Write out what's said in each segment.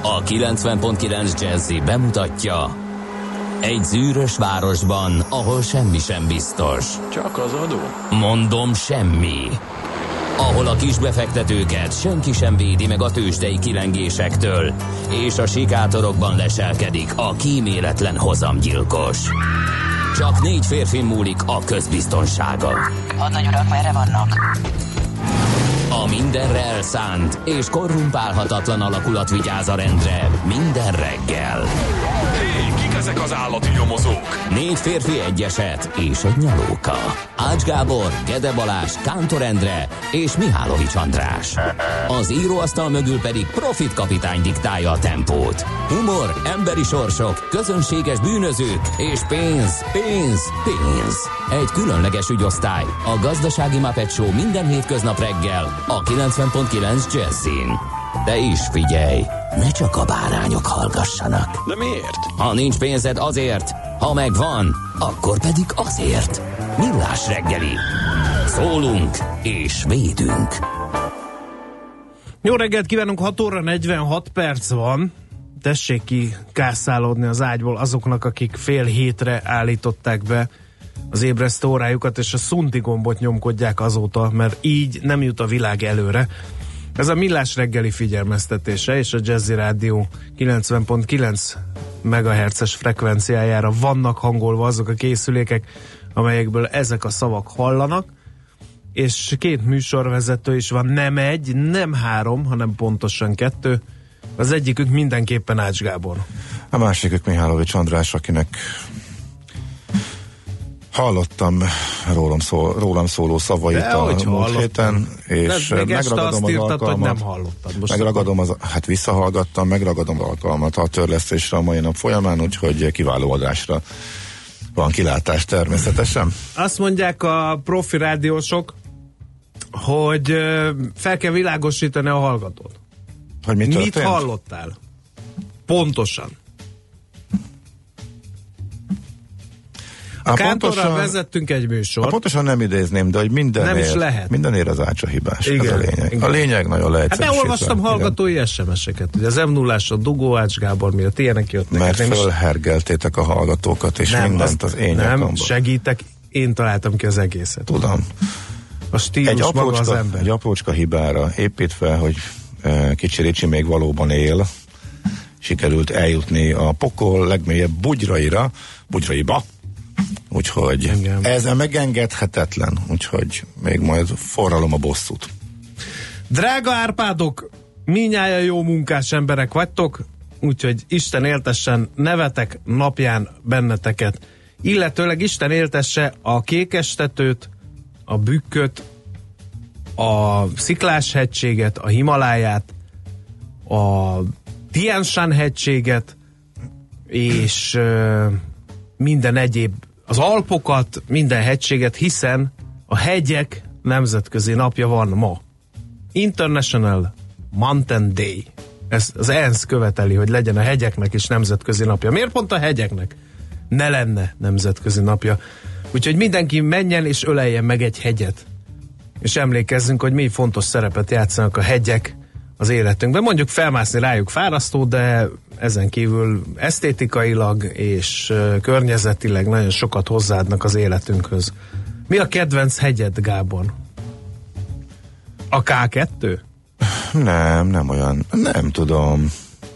A 90.9 Jazzy bemutatja: egy zűrös városban, ahol semmi sem biztos. Csak az adó? Mondom, semmi. Ahol a kisbefektetőket senki sem védi meg a tőzsdei kilengésektől, és a sikátorokban leselkedik a kíméletlen hozamgyilkos. Csak 4 férfin múlik a közbiztonsága. Hadnagy urak, merre vannak? A mindenre elszánt és korrumpálhatatlan alakulat vigyáz a rendre minden reggel. Hé, kik ezek az állati nyomozók? 4 férfi, egy eset és egy nyalóka. Ács Gábor, Gede Balázs, Kántor Endre és Mihálovics András. Az íróasztal mögül pedig Profit kapitány diktálja a tempót. Humor, emberi sorsok, közönséges bűnözők és pénz, pénz, pénz. Egy különleges ügyosztály, a Gazdasági Muppet Show minden hétköznap reggel a 90.9 Jazzin. De is figyelj, ne csak a bárányok hallgassanak. De miért? Ha nincs pénzed, azért, ha megvan, akkor pedig azért. Millás reggeli. Szólunk és védünk. Jó reggelt kívánunk, 6 óra 46 perc van. Tessék ki kászálódni az ágyból azoknak, akik fél hétre állították be az ébresztő órájukat, és a szunti gombot nyomkodják azóta, mert így nem jut a világ előre. Ez a Millás reggeli figyelmeztetése, és a Jazzy Rádió 90.9 MHz-es frekvenciájára vannak hangolva azok a készülékek, amelyekből ezek a szavak hallanak, és 2 műsorvezető is van, nem 1, nem 3, hanem pontosan 2. Az egyikük mindenképpen Ács Gábor. A másikük Mihálovics András, akinek hallottam rólam szóló szavait a múlt héten, és megragadom az alkalmat. Visszahallgattam, megragadom az alkalmat a törlesztésre a mai nap folyamán, úgyhogy kiváló adásra van kilátás természetesen. Azt mondják a profi rádiósok, hogy fel kell világosítani a hallgatót. Hogy mit hallottál? Pontosan. A Kántorral vezettünk egy műsort. Pontosan nem idézném, de hogy mindenért az Ácsa hibás. Igen, ez a lényeg. Igen. A lényeg nagyon leegyszerűsítve. Beolvastam hallgatói SMS-eket. Ugye az M0-ás, a Dugó, Ács Gábor miatt ilyenek jöttnek. Mert fölhergeltétek a hallgatókat, és mindent az én nyakamban. Nem, segítek, én találtam ki az egészet. Tudom. A stílus maga az ember. Egy aprócska hibára építve, hogy kicsi Ricsi még valóban él, sikerült eljutni a pokol legmélyebb bugyraiba, úgyhogy igen. Ez megengedhetetlen, úgyhogy még majd forralom a bosszút. Drága Árpádok, minnyáján jó munkás emberek vagytok, úgyhogy Isten éltessen nevetek napján benneteket, illetőleg Isten éltesse a Kékestetőt, a Bükköt, a Sziklás-hegységet, a Himaláját, a Tian Shan-hegységet, és minden egyéb, az Alpokat, minden hegységet, hiszen a hegyek nemzetközi napja van ma. International Mountain Day. Ez az ENSZ követeli, hogy legyen a hegyeknek is nemzetközi napja. Miért pont a hegyeknek ne lenne nemzetközi napja? Úgyhogy mindenki menjen és öleljen meg egy hegyet. És emlékezzünk, hogy mi fontos szerepet játszanak a hegyek az életünkben. Mondjuk felmászni rájuk fárasztó, de ezen kívül esztétikailag és környezetileg nagyon sokat hozzáadnak az életünkhöz. Mi a kedvenc hegyed, Gábor? A K2? Nem olyan. Nem tudom.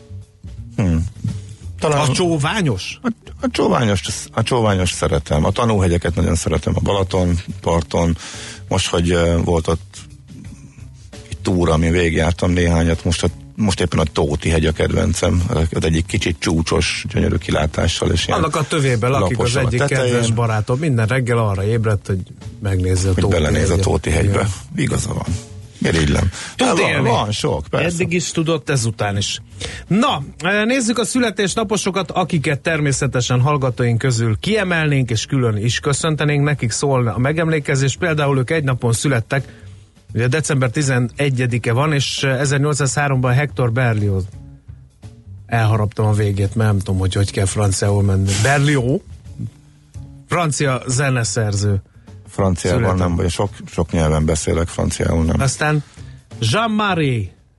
Talán a Csóványos? A Csóványos szeretem. A tanúhegyeket nagyon szeretem. A Balaton parton. Most, hogy volt ott egy túra, amin végigjártam néhányat, most éppen a Tóti hegy a kedvencem. Az egyik kicsit csúcsos, gyönyörű kilátással. És annak a tövében lakik az egyik kedves barátom. Minden reggel arra ébredt, hogy megnézze a Tóti hegyet. Belenéz a Tóti hegybe. Igaza van. Irigylem. Van sok, persze. Eddig is tudott, ezután is. Na, nézzük a születésnaposokat, akiket természetesen hallgatóink közül kiemelnénk, és külön is köszöntenénk, nekik szólna a megemlékezés. Például ők egy napon születtek, ugye december 11-e van, és 1803-ban Hector Berlioz. Elharaptam a végét, mert nem tudom, hogy kell franciául menni. Berlioz, francia zeneszerző. Franciában nem, vagy sok nyelven beszélek, franciául nem. Aztán Jean-Marie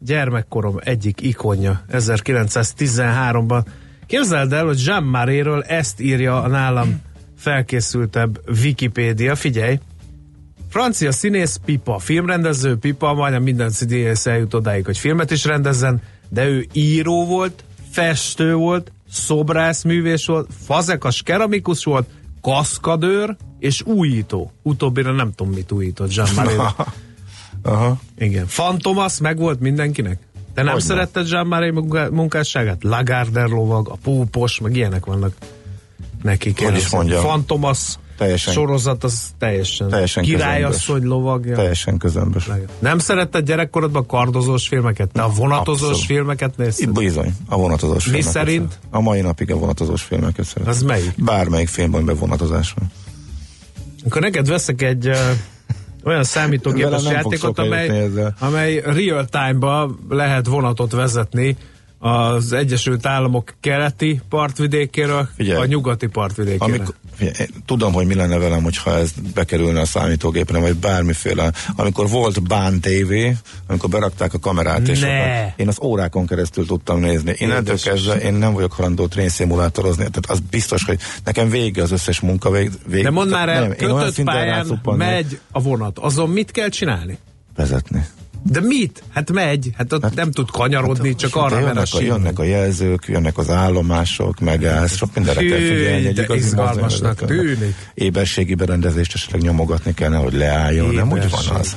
gyermekkorom egyik ikonja 1913-ban. Képzeld el, hogy Jean Marais-ről ezt írja a nálam felkészültebb Wikipédia. Figyelj! Francia színész, pipa, filmrendező, pipa, majdnem minden színész eljut odáig, hogy filmet is rendezzen, de ő író volt, festő volt, szobrászművész volt, fazekas keramikus volt, kaszkadőr és újító. Utóbbira nem tudom, mit újított Jean Marais. Aha. Igen. Fantomas meg volt mindenkinek? Te nem szeretted Jean Marais munkásságát? Lagardère lovag, a púpos, meg ilyenek vannak nekik. Hogy is mondjam. Fantomas sorozat, az teljesen királyasszony lovagja. Teljesen közömbös. Nem szeretted gyerekkorodban kardozós filmeket? Te a vonatozós abszolút. Filmeket nézted? Bizony, a vonatozós filmeket. Mi szerint? Szeretem. A mai napig a vonatozós filmeket szeretem. Az melyik? Bármelyik filmben bevonatozás van. Akkor neked veszek egy olyan számítógépes játékot, amely real time-ba lehet vonatot vezetni az Egyesült Államok keleti partvidékéről a nyugati partvidékére. Tudom, hogy mi lenne velem, hogyha ez bekerülne a számítógépre, vagy bármiféle. Amikor volt Bán TV, amikor berakták a kamerát, és én az órákon keresztül tudtam nézni. Innentől kezdve én nem vagyok halandó trénszimulátorozni, tehát az biztos, hogy nekem vége az összes munka. De mondd már el, kötött pályán megy a vonat. Azon mit kell csinálni? Vezetni. De mit? Hát megy, ott nem tud kanyarodni, csak arra jönnek a jelzők, jönnek az állomások, megállsz, sok mindenre kell figyelni. De izgalmasnak tűnik. Éberségi berendezést esetleg nyomogatni kellene, hogy leálljon, nem úgy van az.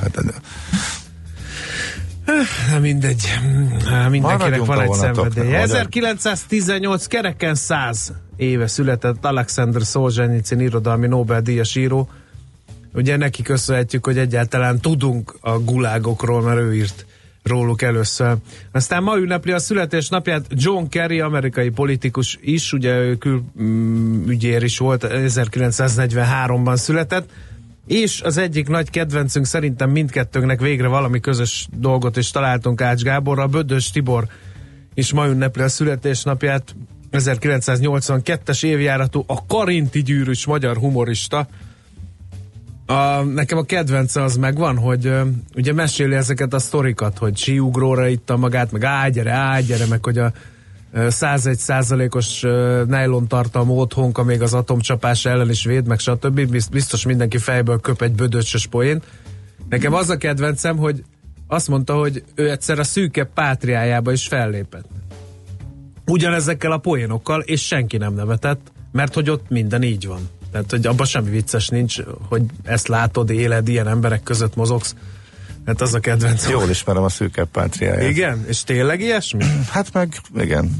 Mindegy. Mindenkinek van egy szenvedélye. 1918 kereken 100 éve született Alexander Szolzsenyicin irodalmi Nobel-díjas író. Ugye neki köszönhetjük, hogy egyáltalán tudunk a gulágokról, mert ő írt róluk először. Aztán ma ünnepli a születésnapját John Kerry, amerikai politikus is, ugye ő külügyér is volt, 1943-ban született, és az egyik nagy kedvencünk, szerintem mindkettőnknek végre valami közös dolgot is találtunk Ács Gáborra, Bödös Tibor is ma ünnepli a születésnapját, 1982-es évjáratú, a Karinti gyűrűs magyar humorista. Nekem a kedvence az megvan, hogy ugye meséli ezeket a sztorikat, hogy síugróra itta magát, meg ágyere, meg hogy a 101%-os nylon tartalmú otthonka még az atomcsapás ellen is véd, meg stb. Biztos mindenki fejből köp egy bödöcsös poént. Nekem az a kedvencem, hogy azt mondta, hogy ő egyszer a szűkebb pátriájába is fellépett. Ugyanezekkel a poénokkal, és senki nem nevetett, mert hogy ott minden így van. Tehát, hogy abban semmi vicces nincs, hogy ezt látod, éled, ilyen emberek között mozogsz. Hát az a kedvenc. Jól ismerem a szűkebb pátriáját. Igen? És tényleg ilyesmi? Hát meg, igen.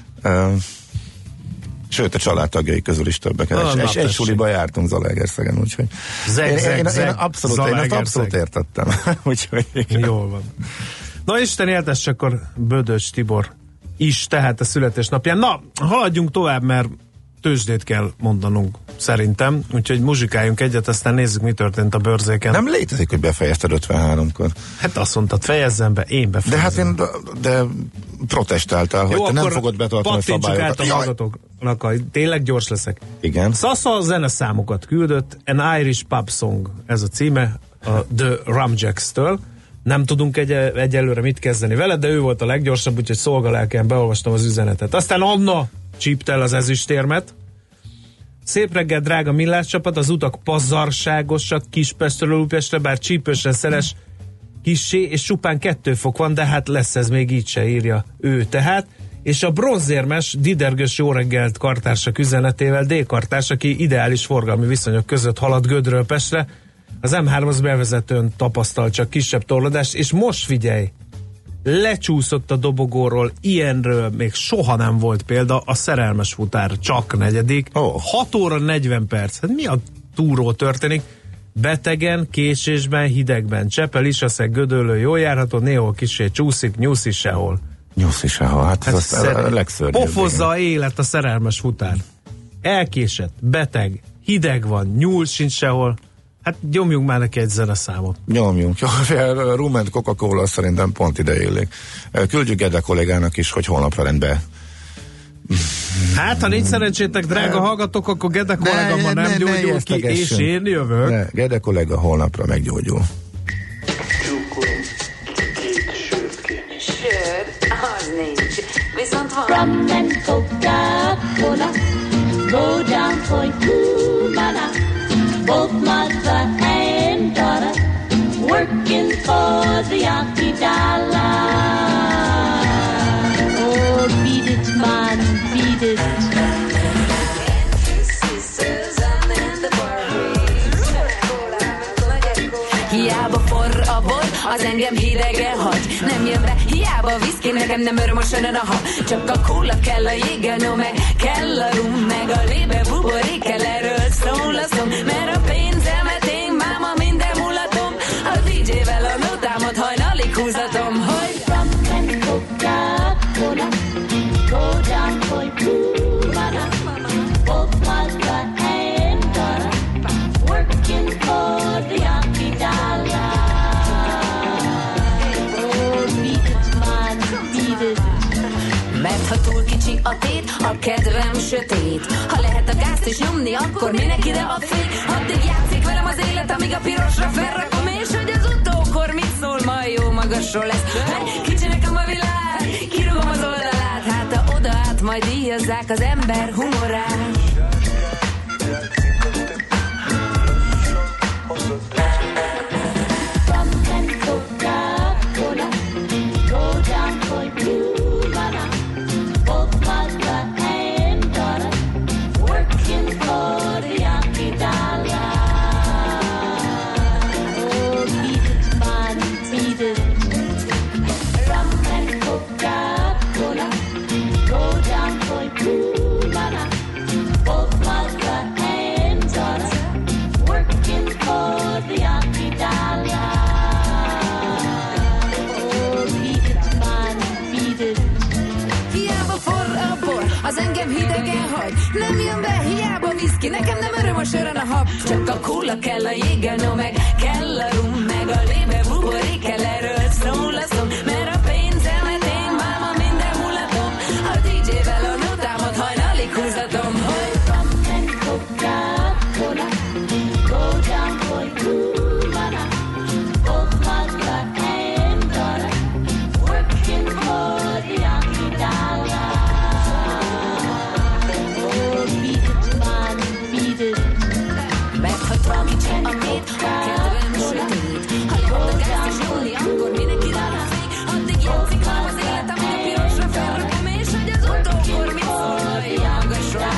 Sőt, a családtagjai közül is többek. És egy suliba jártunk Zalaegerszegen, úgyhogy én abszolút értettem. Úgyhogy jól van. Na, Isten éltesse akkor Bödös Tibor is, tehát a születésnapján. Na, haladjunk tovább, mert tőzsdét kell mondanunk, szerintem. Úgyhogy muzsikáljunk egyet, aztán nézzük, mi történt a bőrzéken. Nem létezik, hogy befejezted 53-kor. Hát azt mondtad, fejezzem be, én befejezem. De protestáltál, hogy te nem fogod betartani a szabályokat. Át a hallgatóknak, tényleg gyors leszek. Igen. Sasa zeneszámokat küldött, An Irish Pub Song, ez a címe, a The Rumjacks-től. Nem tudunk egyelőre mit kezdeni vele, de ő volt a leggyorsabb, úgyhogy szolgalelken beolvastam az üzenetet. Aztán Anna csíptel az ezüstérmet. Szép reggel, drága Millás csapat, az utak pazarságosak Kispestről Újpestre, bár csípősen szeles kissé, és csupán 2 fok van, de hát lesz ez még így se, írja ő tehát. És a bronzérmes Didergös jó reggelt kartársak üzenetével D-kartárs, aki ideális forgalmi viszonyok között halad Gödről Pestre, az M3-az bevezetőn tapasztal csak kisebb torlódást, és most figyelj, lecsúszott a dobogóról, ilyenről még soha nem volt példa, a szerelmes futár csak 4. 6 óra 40 perc. Hát mi a túró történik? Betegen, késésben, hidegben. Csepel, Isaszeg, Gödöllő, jól járható, néhol kissé csúszik, nyuszi sehol. Nyuszi sehol, hát ez a legszörnyűbb. Pofozza élet a szerelmes futár. Elkésett, beteg, hideg van, nyúl sincs sehol. Hát nyomjunk már neki egy zeneszámot. Nyomjunk. Rum and Coca-Cola szerintem pont ide illik. Küldjük Gede kollégának is, hogy holnapra rendbe. Hát, ha nincs szerencsétek, drága hallgatók, akkor Gede kollega ma nem gyógyul ki, és én jövök. Gede kollega holnapra meggyógyul. Csókolom, 2 sörtként. az nincs. Viszont van Rum and Coca-Cola, go down Point Cumana. Both mother and daughter working for the Yankee dollar. Oh, beat it, man, beat it. Hiába forr a bor, az engem hidegen hagy. Nem jön be, hiába a viszki, nekem nem örömösen a hab. Csak a kóla kell, a jégenó meg, kell a rum, meg a lébe buborék kell, erről szól a szom. Mert a pénzemet én, máma, minden mulatom. A DJ-vel a nótámat hajnalig húzatom, hogy Rum and Coca-Cola, go down Point Cumana. Both mother and daughter working for the Yankee dollar. Oh, beat it, man, beat it. mert ha túl kicsi a tét, a kedvem sötét. Ha lehet a gázt is nyomni, akkor minek ide a fék? Addig játszik velem az élet, amíg a pirosra felrakom, és hogy az utókor mit szól, majd jó magasról lesz. Kicsi nekem a világ, kirúgom az oldalát, hát ha oda át, majd díjazzák az ember humorát. Nem jön be, hiába viszki, nekem nem öröm a sörön a hab. Csak a kóla kell, a jégenó meg, kell a rum, meg a lébe buborék kell, erről szól a szom. Mert a pénzemet én, máma, minden mulatom. A DJ-vel a nótámat hajnalig húzatom, hogy Rum and Coca-Cola, go down Point Cumana. Both mother and daughter working for the Yankee dollar. mert ha túl kicsi a tét, a kedvem sötét. Ha lehet a gázt is nyomni, akkor minek ide a fék? Addig játszik velem az élet, amíg a pirosra felrakom, és hogy az utókor mit szól, majd jó magasról.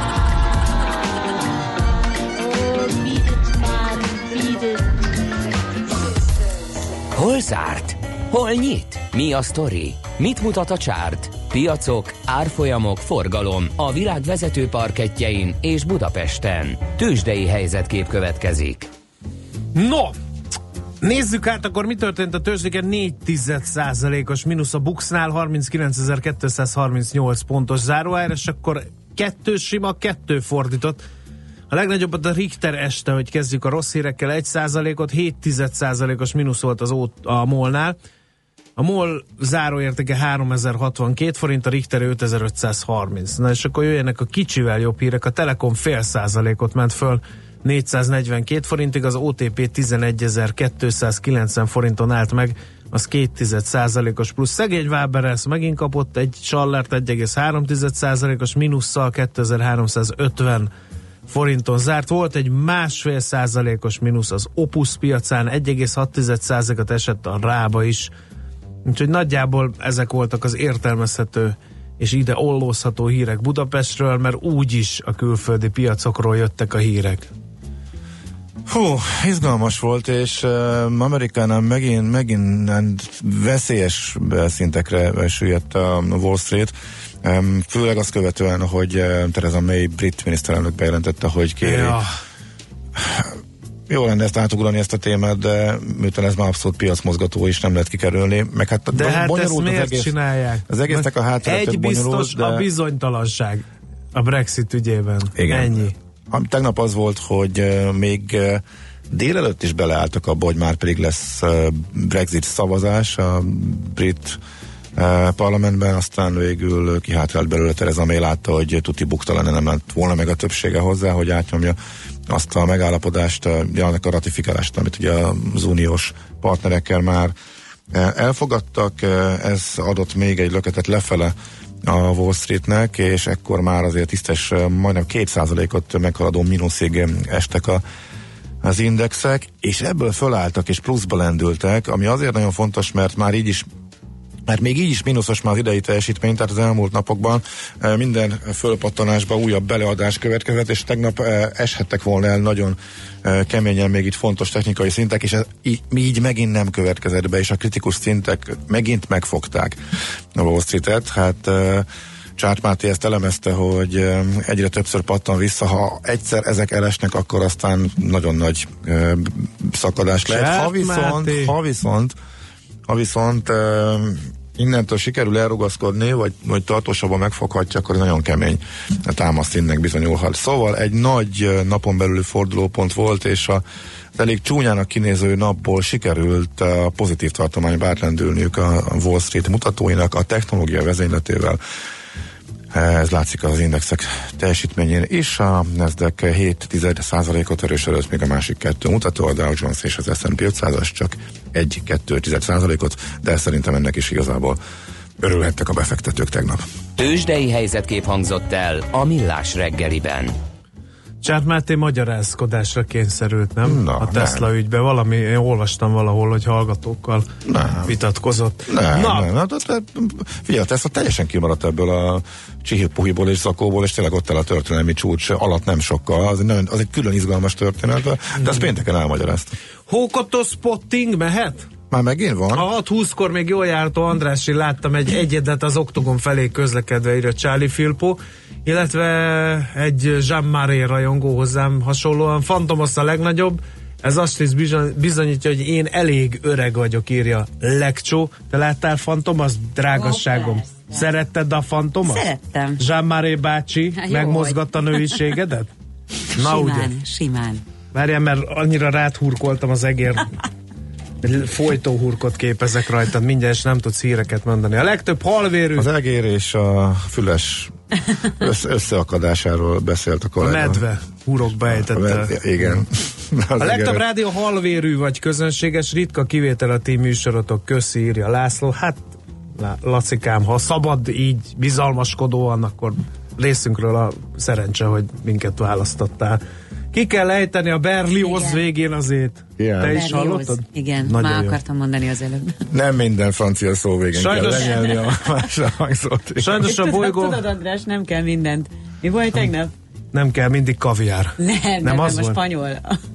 Hol zárt? Hol nyit? Mi a sztori? Mit mutat a csárt? Piacok, árfolyamok, forgalom a világ vezető parkettjein és Budapesten. Tőzsdei helyzetkép következik. No, nézzük át akkor, mi történt a tőzsdéken. 0,4%-os mínusz a Buxnál, 39.238 pontos záróára, és akkor 2 sima, 2 fordított. A legnagyobbat a Richter este, hogy kezdjük a rossz hírekkel, 1%-ot, 0,7%-os mínusz volt a MOL-nál. A MOL záróértéke 3062 forint, a Richter 5530. Na és akkor jöjjenek a kicsivel jobb hírek. A Telekom 0,5%-ot ment föl 442 forintig, az OTP 11.290 forinton állt meg, az 0,2%-os plusz. Szegény Waberers megint kapott egy sallert, 1,3%-os mínusszal, 2350 forinton zárt. Volt egy 1,5%-os mínusz az Opus piacán, 1,6%-ot esett a Rába is. Úgyhogy nagyjából ezek voltak az értelmezhető és ide ollózható hírek Budapestről, mert úgyis a külföldi piacokról jöttek a hírek. Hú, izgalmas volt, és Amerikánál megint veszélyes szintekre süllyedt a Wall Street, főleg azt követően, hogy Theresa May brit miniszterelnök bejelentette, hogy kéri. Ja. Jó lenne ezt átugrani, ezt a témát, de miután ez már abszolút piacmozgató is, nem lehet kikerülni. Meg hát de hát ezt miért csinálják? Az egésznek a hátterete bonyolult. Egy biztos, a bizonytalanság a Brexit ügyében. Igen. Ennyi. Tegnap az volt, hogy még délelőtt is beleálltak abba, hogy már pedig lesz Brexit szavazás a brit parlamentben, aztán végül kihátrált belőle Theresa May, látta, hogy tuti buktalan, nem lett volna meg a többsége hozzá, hogy átnyomja azt a megállapodást, annak a ratifikálást, amit ugye az uniós partnerekkel már elfogadtak, ez adott még egy löketet lefele a Wall Streetnek, és ekkor már azért tisztes, majdnem 2%-ot meghaladó mínuszig estek az indexek, és ebből fölálltak és pluszba lendültek, ami azért nagyon fontos, mert még így is mínuszos már az idei teljesítmény, tehát az elmúlt napokban minden fölpattanásban újabb beleadás következett, és tegnap eshettek volna el nagyon keményen még itt fontos technikai szintek, és ez így megint nem következett be, és a kritikus szintek megint megfogták a Wall Street-et. Hát Csárt Máté ezt elemezte, hogy egyre többször pattan vissza, ha egyszer ezek elesnek, akkor aztán nagyon nagy szakadás lehet. Ha viszont innentől sikerül elrugaszkodni, vagy tartósabban megfoghatja, akkor nagyon kemény támaszszínnek bizonyulhat. Szóval egy nagy napon belüli fordulópont volt, és az elég csúnyának kinéző napból sikerült a pozitív tartományba átlendülniük a Wall Street mutatóinak a technológia vezényletével. Ez látszik az indexek teljesítményén is. A Nasdaq 0,7%-ot erősödött, még a másik kettő mutató, a Dow Jones és az S&P 500-as csak 1,2%-ot, de szerintem ennek is igazából örülhettek a befektetők tegnap. Tőzsdei helyzetkép hangzott el a Millás reggeliben. Csárt Máté magyarázkodásra kényszerült, nem? Na, a Tesla ügyben valami, én olvastam valahol, hogy hallgatókkal vitatkozott. Nem. Figyelj, a Tesla teljesen kimaradt ebből a csihipuhiból és zakóból, és tényleg ott el a történelmi csúcs alatt nem sokkal. Az egy külön izgalmas történet, de ezt pénteken elmagyarázta. Hókotó spotting mehet? Már megint van? A 6-20-kor még jól jártó Andrással láttam egy egyedet az Oktogon felé közlekedve, írja Charlie Filpo, illetve egy Jean Marais rajongó hozzám hasonlóan. Fantomos a legnagyobb, ez azt is bizonyítja, hogy én elég öreg vagyok, írja Lekcsó. Te láttál Fantomos, drágasságom? Szeretted a Fantomos? Szerettem. Jean Marais bácsi megmozgatta a nőiségedet? Simán. Várjál, mert annyira rád hurkoltam az egér. Folytóhurkot képezek rajtad, mindjárt, és nem tudsz híreket mondani. A legtöbb halvérű... Az egér és a füles összeakadásáról beszélt a kollega. A medve hurokba ejtette. Igen. A legtöbb rádió halvérű vagy közönséges, ritka kivétel a ti műsorotok, köszi, írja László. Hát, Lacikám, ha szabad így bizalmaskodóan, akkor részünkről a szerencse, hogy minket választottál. Ki kell ejteni a Berlioz végén azért. Igen. Te is hallottad? Igen, nagyon már jó. akartam mondani az előbb. Nem minden francia szó végén Sajnos kell lenyelni a másra hangzót. Sajnos a bolygó... Tudod, András, nem kell mindent. Mi volt tegnap? Nem kell mindig kaviár. Nem az a volt? spanyol.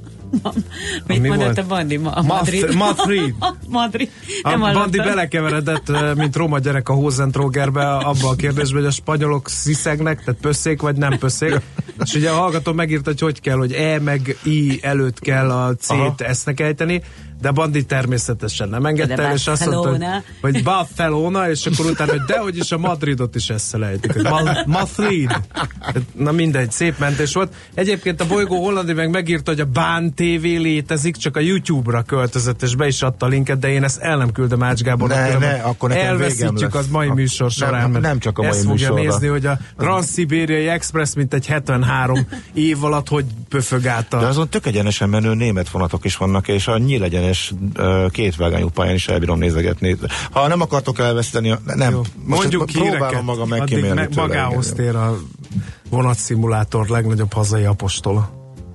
Mit mondott a Bandi? Madrid. Madrid. Nem A Bandi hallottam. belekeveredett, mint roma gyerek a Hosentrógerbe abba a kérdésbe, hogy a spanyolok sziszegnek, tehát pösszék vagy nem pösszék. És ugye a hallgató megírta, hogy kell, hogy E meg I előtt kell a C-t esznek ejteni, de Bandi természetesen nem engedte el, és azt mondta, hogy Barcelona, és akkor utána, hogy dehogy is a Madridot is esszel ejtik. Madrid. Na mindegy, szép mentés volt. Egyébként a bolygó hollandi meg megírta, hogy a Bán TV létezik, csak a YouTube-ra költözött, és be is adta a linket, de én ezt el nem küldöm Ács Gábornak. Akkor nekem elveszítjük az mai műsor során, nem csak a mai ezt fogja műsorra. nézni, hogy a Transzszibériai Express mint egy 73 év alatt, hogy pöfög át De azon tök egyenesen menő német vonatok is vannak, és a nyílegyenes kétvágányú pályán is elbírom nézegetni. Ha nem akartok elveszteni, nem. Jó. Mondjuk híreket, próbálom magam addig megkímélni tőle. magához tér a vonatszimulátor legnagyobb hazai apostola.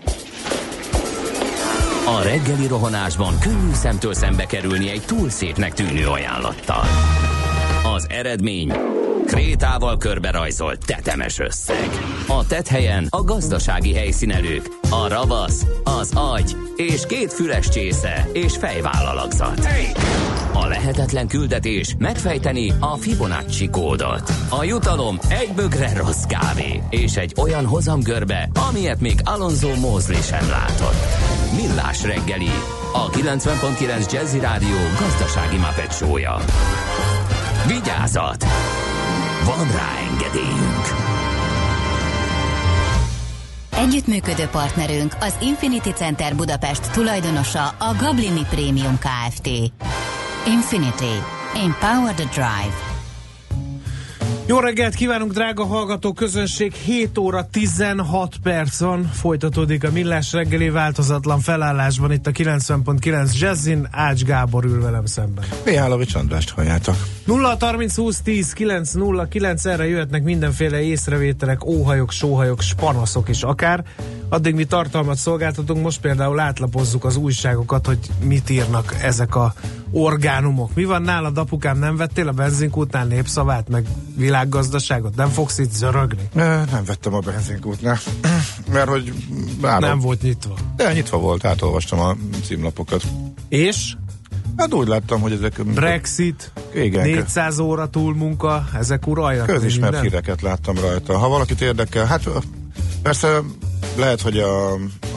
A reggeli rohanásban könnyű szemtől szembe kerülni egy túl szépnek tűnő ajánlattal. Az eredmény krétával körberajzolt tetemes összeg. A tetthelyen a gazdasági helyszínelők, a ravasz, az agy és két füles csésze és fejvállalakzat. A lehetetlen küldetés megfejteni a Fibonacci kódot. A jutalom egy bögre rossz kávé és egy olyan hozamgörbe, amilyet még Alonso Mosley sem látott. Millás reggeli, a 90.9 Jazzy Rádió gazdasági Muppet show-ja. Vigyázat! Van rá engedélyünk! Együttműködő partnerünk az Infinity Center Budapest tulajdonosa a Gablini Premium Kft. Infinity. Empower the Drive. Jó reggelt kívánunk, drága hallgató közönség, 7 óra 16 perc van, folytatódik a Millás reggeli változatlan felállásban itt a 90.9 Jazzin, Ács Gábor ül velem szemben. Mihálovics Andrást halljátok. 0-30-20-10-9-0-9, erre jöhetnek mindenféle észrevételek, óhajok, sóhajok, spanaszok is akár. Addig mi tartalmat szolgáltatunk, most például átlapozzuk az újságokat, hogy mit írnak ezek a orgánumok. Mi van nálad, apukám, nem vettél a benzinkútnál Népszavát, meg Világgazdaságot? Nem fogsz itt zörögni? Nem vettem a benzinkútnál, mert hogy nem volt nyitva. De nyitva volt, átolvastam a címlapokat. És? Hát úgy láttam, hogy ezek... Brexit, igen, 400 óra túlmunka, ezek uralják. Közismert híreket láttam rajta. Ha valakit érdekel, hát persze lehet, hogy a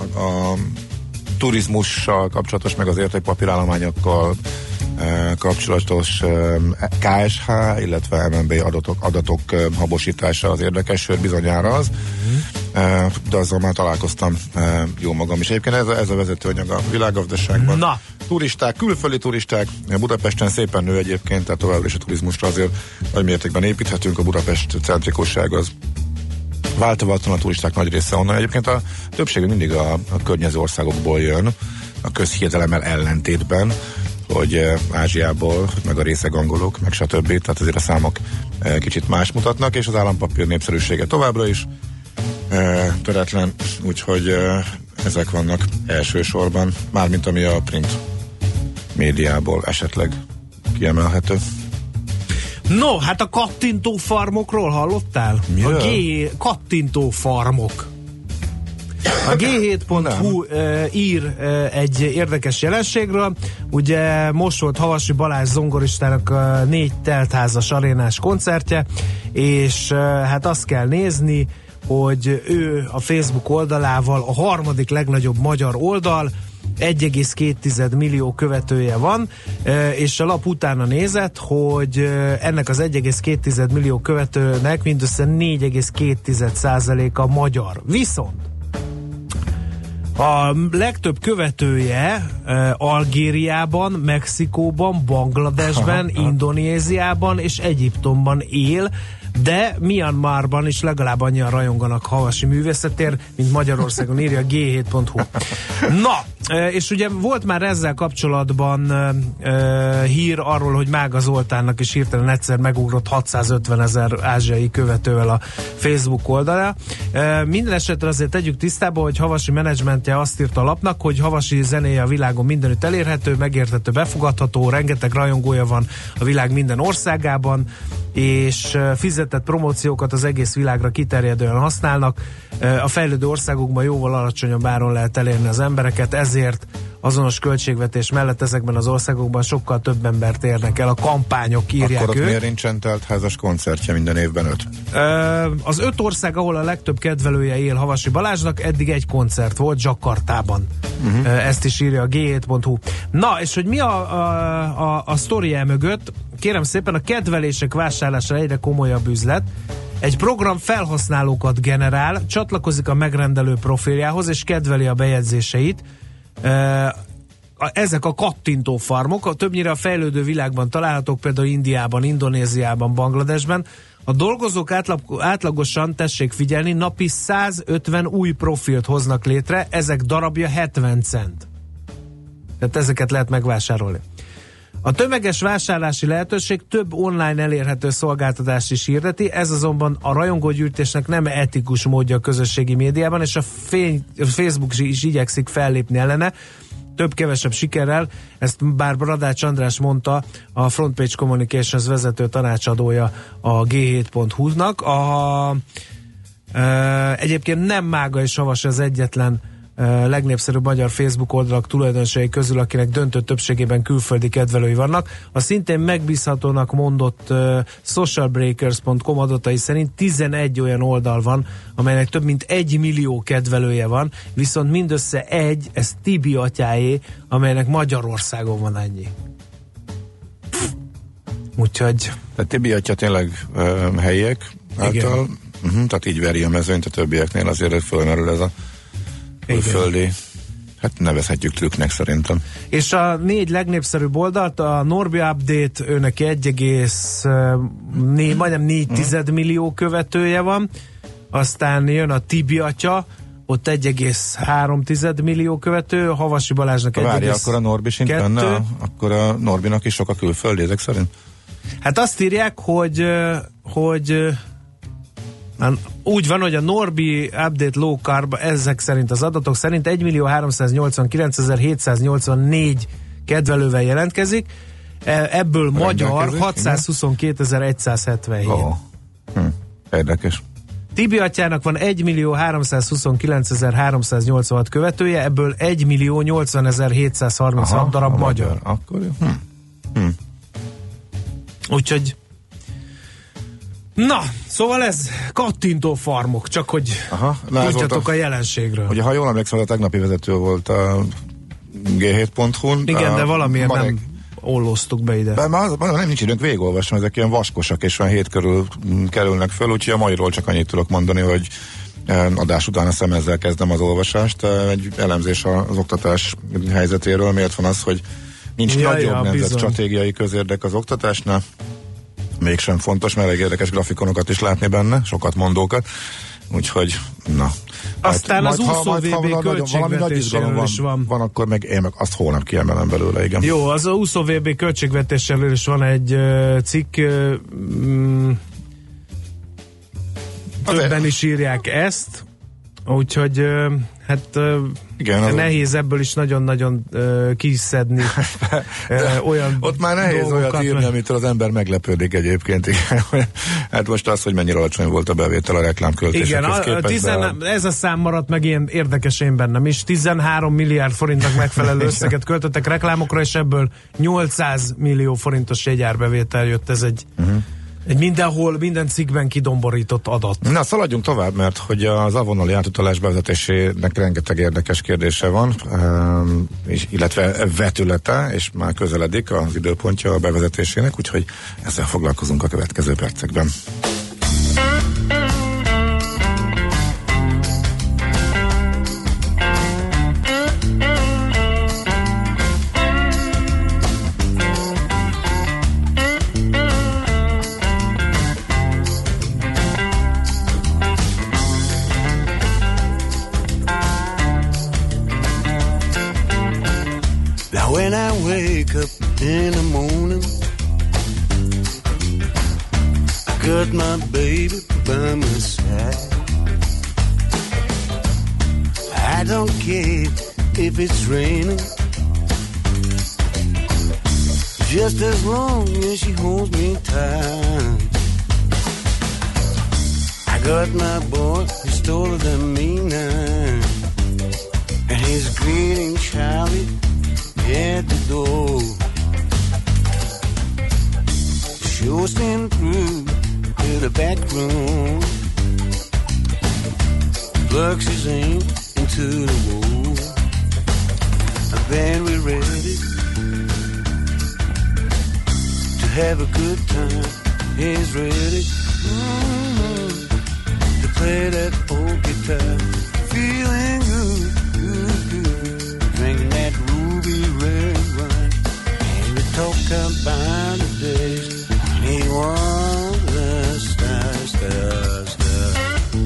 turizmussal kapcsolatos, meg az értékpapírállományokkal kapcsolatos KSH, illetve MNB adatok habosítása az érdekes, sőt bizonyára az. De azzal már találkoztam jó magam is. Egyébként ez a vezetőanyag a világgazdaságban. Na. Turisták, külföldi turisták, Budapesten szépen nő egyébként, tehát továbbra is a turizmusra azért nagy mértékben építhetünk, a Budapest centrikusság az változatlan, a turisták nagy része onnan. Egyébként a többség mindig a környező országokból jön, a közhiedelemmel ellentétben, hogy Ázsiából, meg a részeg angolok, meg stb. Tehát azért a számok kicsit más mutatnak, és az állampapír népszerűsége továbbra is töretlen, úgyhogy ezek vannak elsősorban, mármint ami a print médiából esetleg kiemelhető. No, hát a kattintó farmokról hallottál? Miről? A kattintó farmok. A G7.hu ír egy érdekes jelenségről. Ugye most volt Havasi Balázs zongoristának 4 teltházas arénás koncertje, és hát azt kell nézni, hogy ő a Facebook oldalával a harmadik legnagyobb magyar oldal, 1,2 millió követője van, és a lap utána nézett, hogy ennek az 1,2 millió követőnek mindössze 4,2%-a magyar. Viszont a legtöbb követője Algériában, Mexikóban, Bangladesben, Indonéziában és Egyiptomban él, de Myanmarban is legalább annyian rajonganak havasi művészetért, mint Magyarországon, írja a G7.hu. Na, és ugye volt már ezzel kapcsolatban hír arról, hogy Mága Zoltánnak is hirtelen egyszer megugrott 650 000 ázsiai követővel a Facebook oldalá. Minden esetre azért tegyük tisztába, hogy Havasi menedzsmentje azt írta a lapnak, hogy Havasi zenéje a világon mindenütt elérhető, megérthető, befogadható, rengeteg rajongója van a világ minden országában, és fizetett promóciókat az egész világra kiterjedően használnak. A fejlődő országokban jóval alacsonyabb áron lehet elérni az embereket, ezért azonos költségvetés mellett ezekben az országokban sokkal több embert érnek el. A kampányok írják akkor ők. Miért nincsen teltházas koncertje minden évben 5? Az 5 ország, ahol a legtöbb kedvelője él Havasi Balázsnak, eddig egy koncert volt Jakartában. Ezt is írja a G7.hu. Na, és hogy mi a sztori mögött? Kérem szépen, a kedvelések vásárlása egyre komolyabb üzlet. Egy program felhasználókat generál, csatlakozik a megrendelő profiljához, és kedveli a bejegyzéseit. Ezek a kattintó farmok, többnyire a fejlődő világban találhatók, például Indiában, Indonéziában, Bangladesben. A dolgozók átlagosan, tessék figyelni, napi 150 új profilt hoznak létre, ezek darabja 70 cent. Tehát ezeket lehet megvásárolni. A tömeges vásárlási lehetőség több online elérhető szolgáltatást is hirdeti, ez azonban a rajongógyűjtésnek nem etikus módja a közösségi médiában, és a Facebook is igyekszik fellépni ellene, több-kevesebb sikerrel, ezt bár Bradács András mondta, a Frontpage Communications vezető tanácsadója a G7.hu-nak. Egyébként nem Mága és Havasi az egyetlen legnépszerűbb magyar Facebook oldalak tulajdonosai közül, akinek döntő többségében külföldi kedvelői vannak. A szintén megbízhatónak mondott socialbreakers.com adatai szerint 11 olyan oldal van, amelynek több mint 1 millió kedvelője van, viszont mindössze egy, ez Tibi atyáé, amelynek Magyarországon van ennyi. Úgyhogy... Tehát Tibi atya tényleg helyiek által, tehát így veri a mezőnyt, a többieknél azért fölmerül ez a külföldi hát nevezhetjük trükknek szerintem. És a 4 legnépszerűbb oldalt, a Norbi Update, őnek majdnem 4 millió követője van, aztán jön a Tibi atya, ott 1,3 millió követő, Havasi Balázsnak 1,2. Várja, akkor a Norbi sincs benne? Akkor a Norbinak is sok a külföldi, ezek szerint? Hát azt írják, hogy úgy van, hogy a Norbi Update Low Carb, ezek szerint az adatok szerint 1.389.784 kedvelővel jelentkezik, ebből magyar 622.177. Oh. Érdekes. Tibi atyának van 1.329.386 követője, ebből 1.080.736 darab magyar. Akkor jó. Úgyhogy na, szóval ez kattintó farmok, csak hogy tudjatok a jelenségről. Ugye, ha jól emlékszem, a tegnapi vezető volt a G7.hu-n. Igen, de valamiért nem olloztuk be ide. De már nem nincs időnk végigolvasni, ezek ilyen vaskosak, és olyan 7 körül kerülnek föl, úgyhogy a mairól csak annyit tudok mondani, hogy adás után ezzel kezdem az olvasást. Egy elemzés az oktatás helyzetéről, miért van az, hogy nincs nagyobb nemzetstratégiai közérdek az oktatásnál. Mégsem fontos, mert elég érdekes grafikonokat is látni benne, sokat mondókat. Úgyhogy, na. Aztán az USZO-VB költségvetéséről is van. Van, akkor én meg azt holnap kiemelem belőle, igen. Jó, az USZO-VB költségvetéséről is van egy cikk, többen is írják ezt, úgyhogy hát igen, nehéz ebből is nagyon-nagyon kiszedni olyan ott már nehéz olyat írni, amitől az ember meglepődik egyébként. Igen. Hát most az, hogy mennyire alacsony volt a bevétel a reklámköltésekhez képest. Ez a szám maradt meg ilyen érdekes én bennem is. 13 milliárd forintnak megfelelő összeget költöttek reklámokra, és ebből 800 millió forintos jegyárbevétel jött. Ez egy mindenhol, minden cikkben kidomborított adat. Na, szaladjunk tovább, mert hogy az avonali átutalás bevezetésének rengeteg érdekes kérdése van, illetve vetülete, és már közeledik az időpontja a bevezetésének, úgyhogy ezzel foglalkozunk a következő percekben. When I wake up in the morning, I got my baby by my side. I don't care if it's raining, just as long as she holds me tight. I got my boy, he's taller than me now, and he's greeting Charlie at the door. Sure stand through to the back room, plugs his aim into the wall, and then we're ready to have a good time. He's ready to play that old guitar, feeling good, good, good, drinking that ruby red wine, and we talk about the days he was the star, star, star.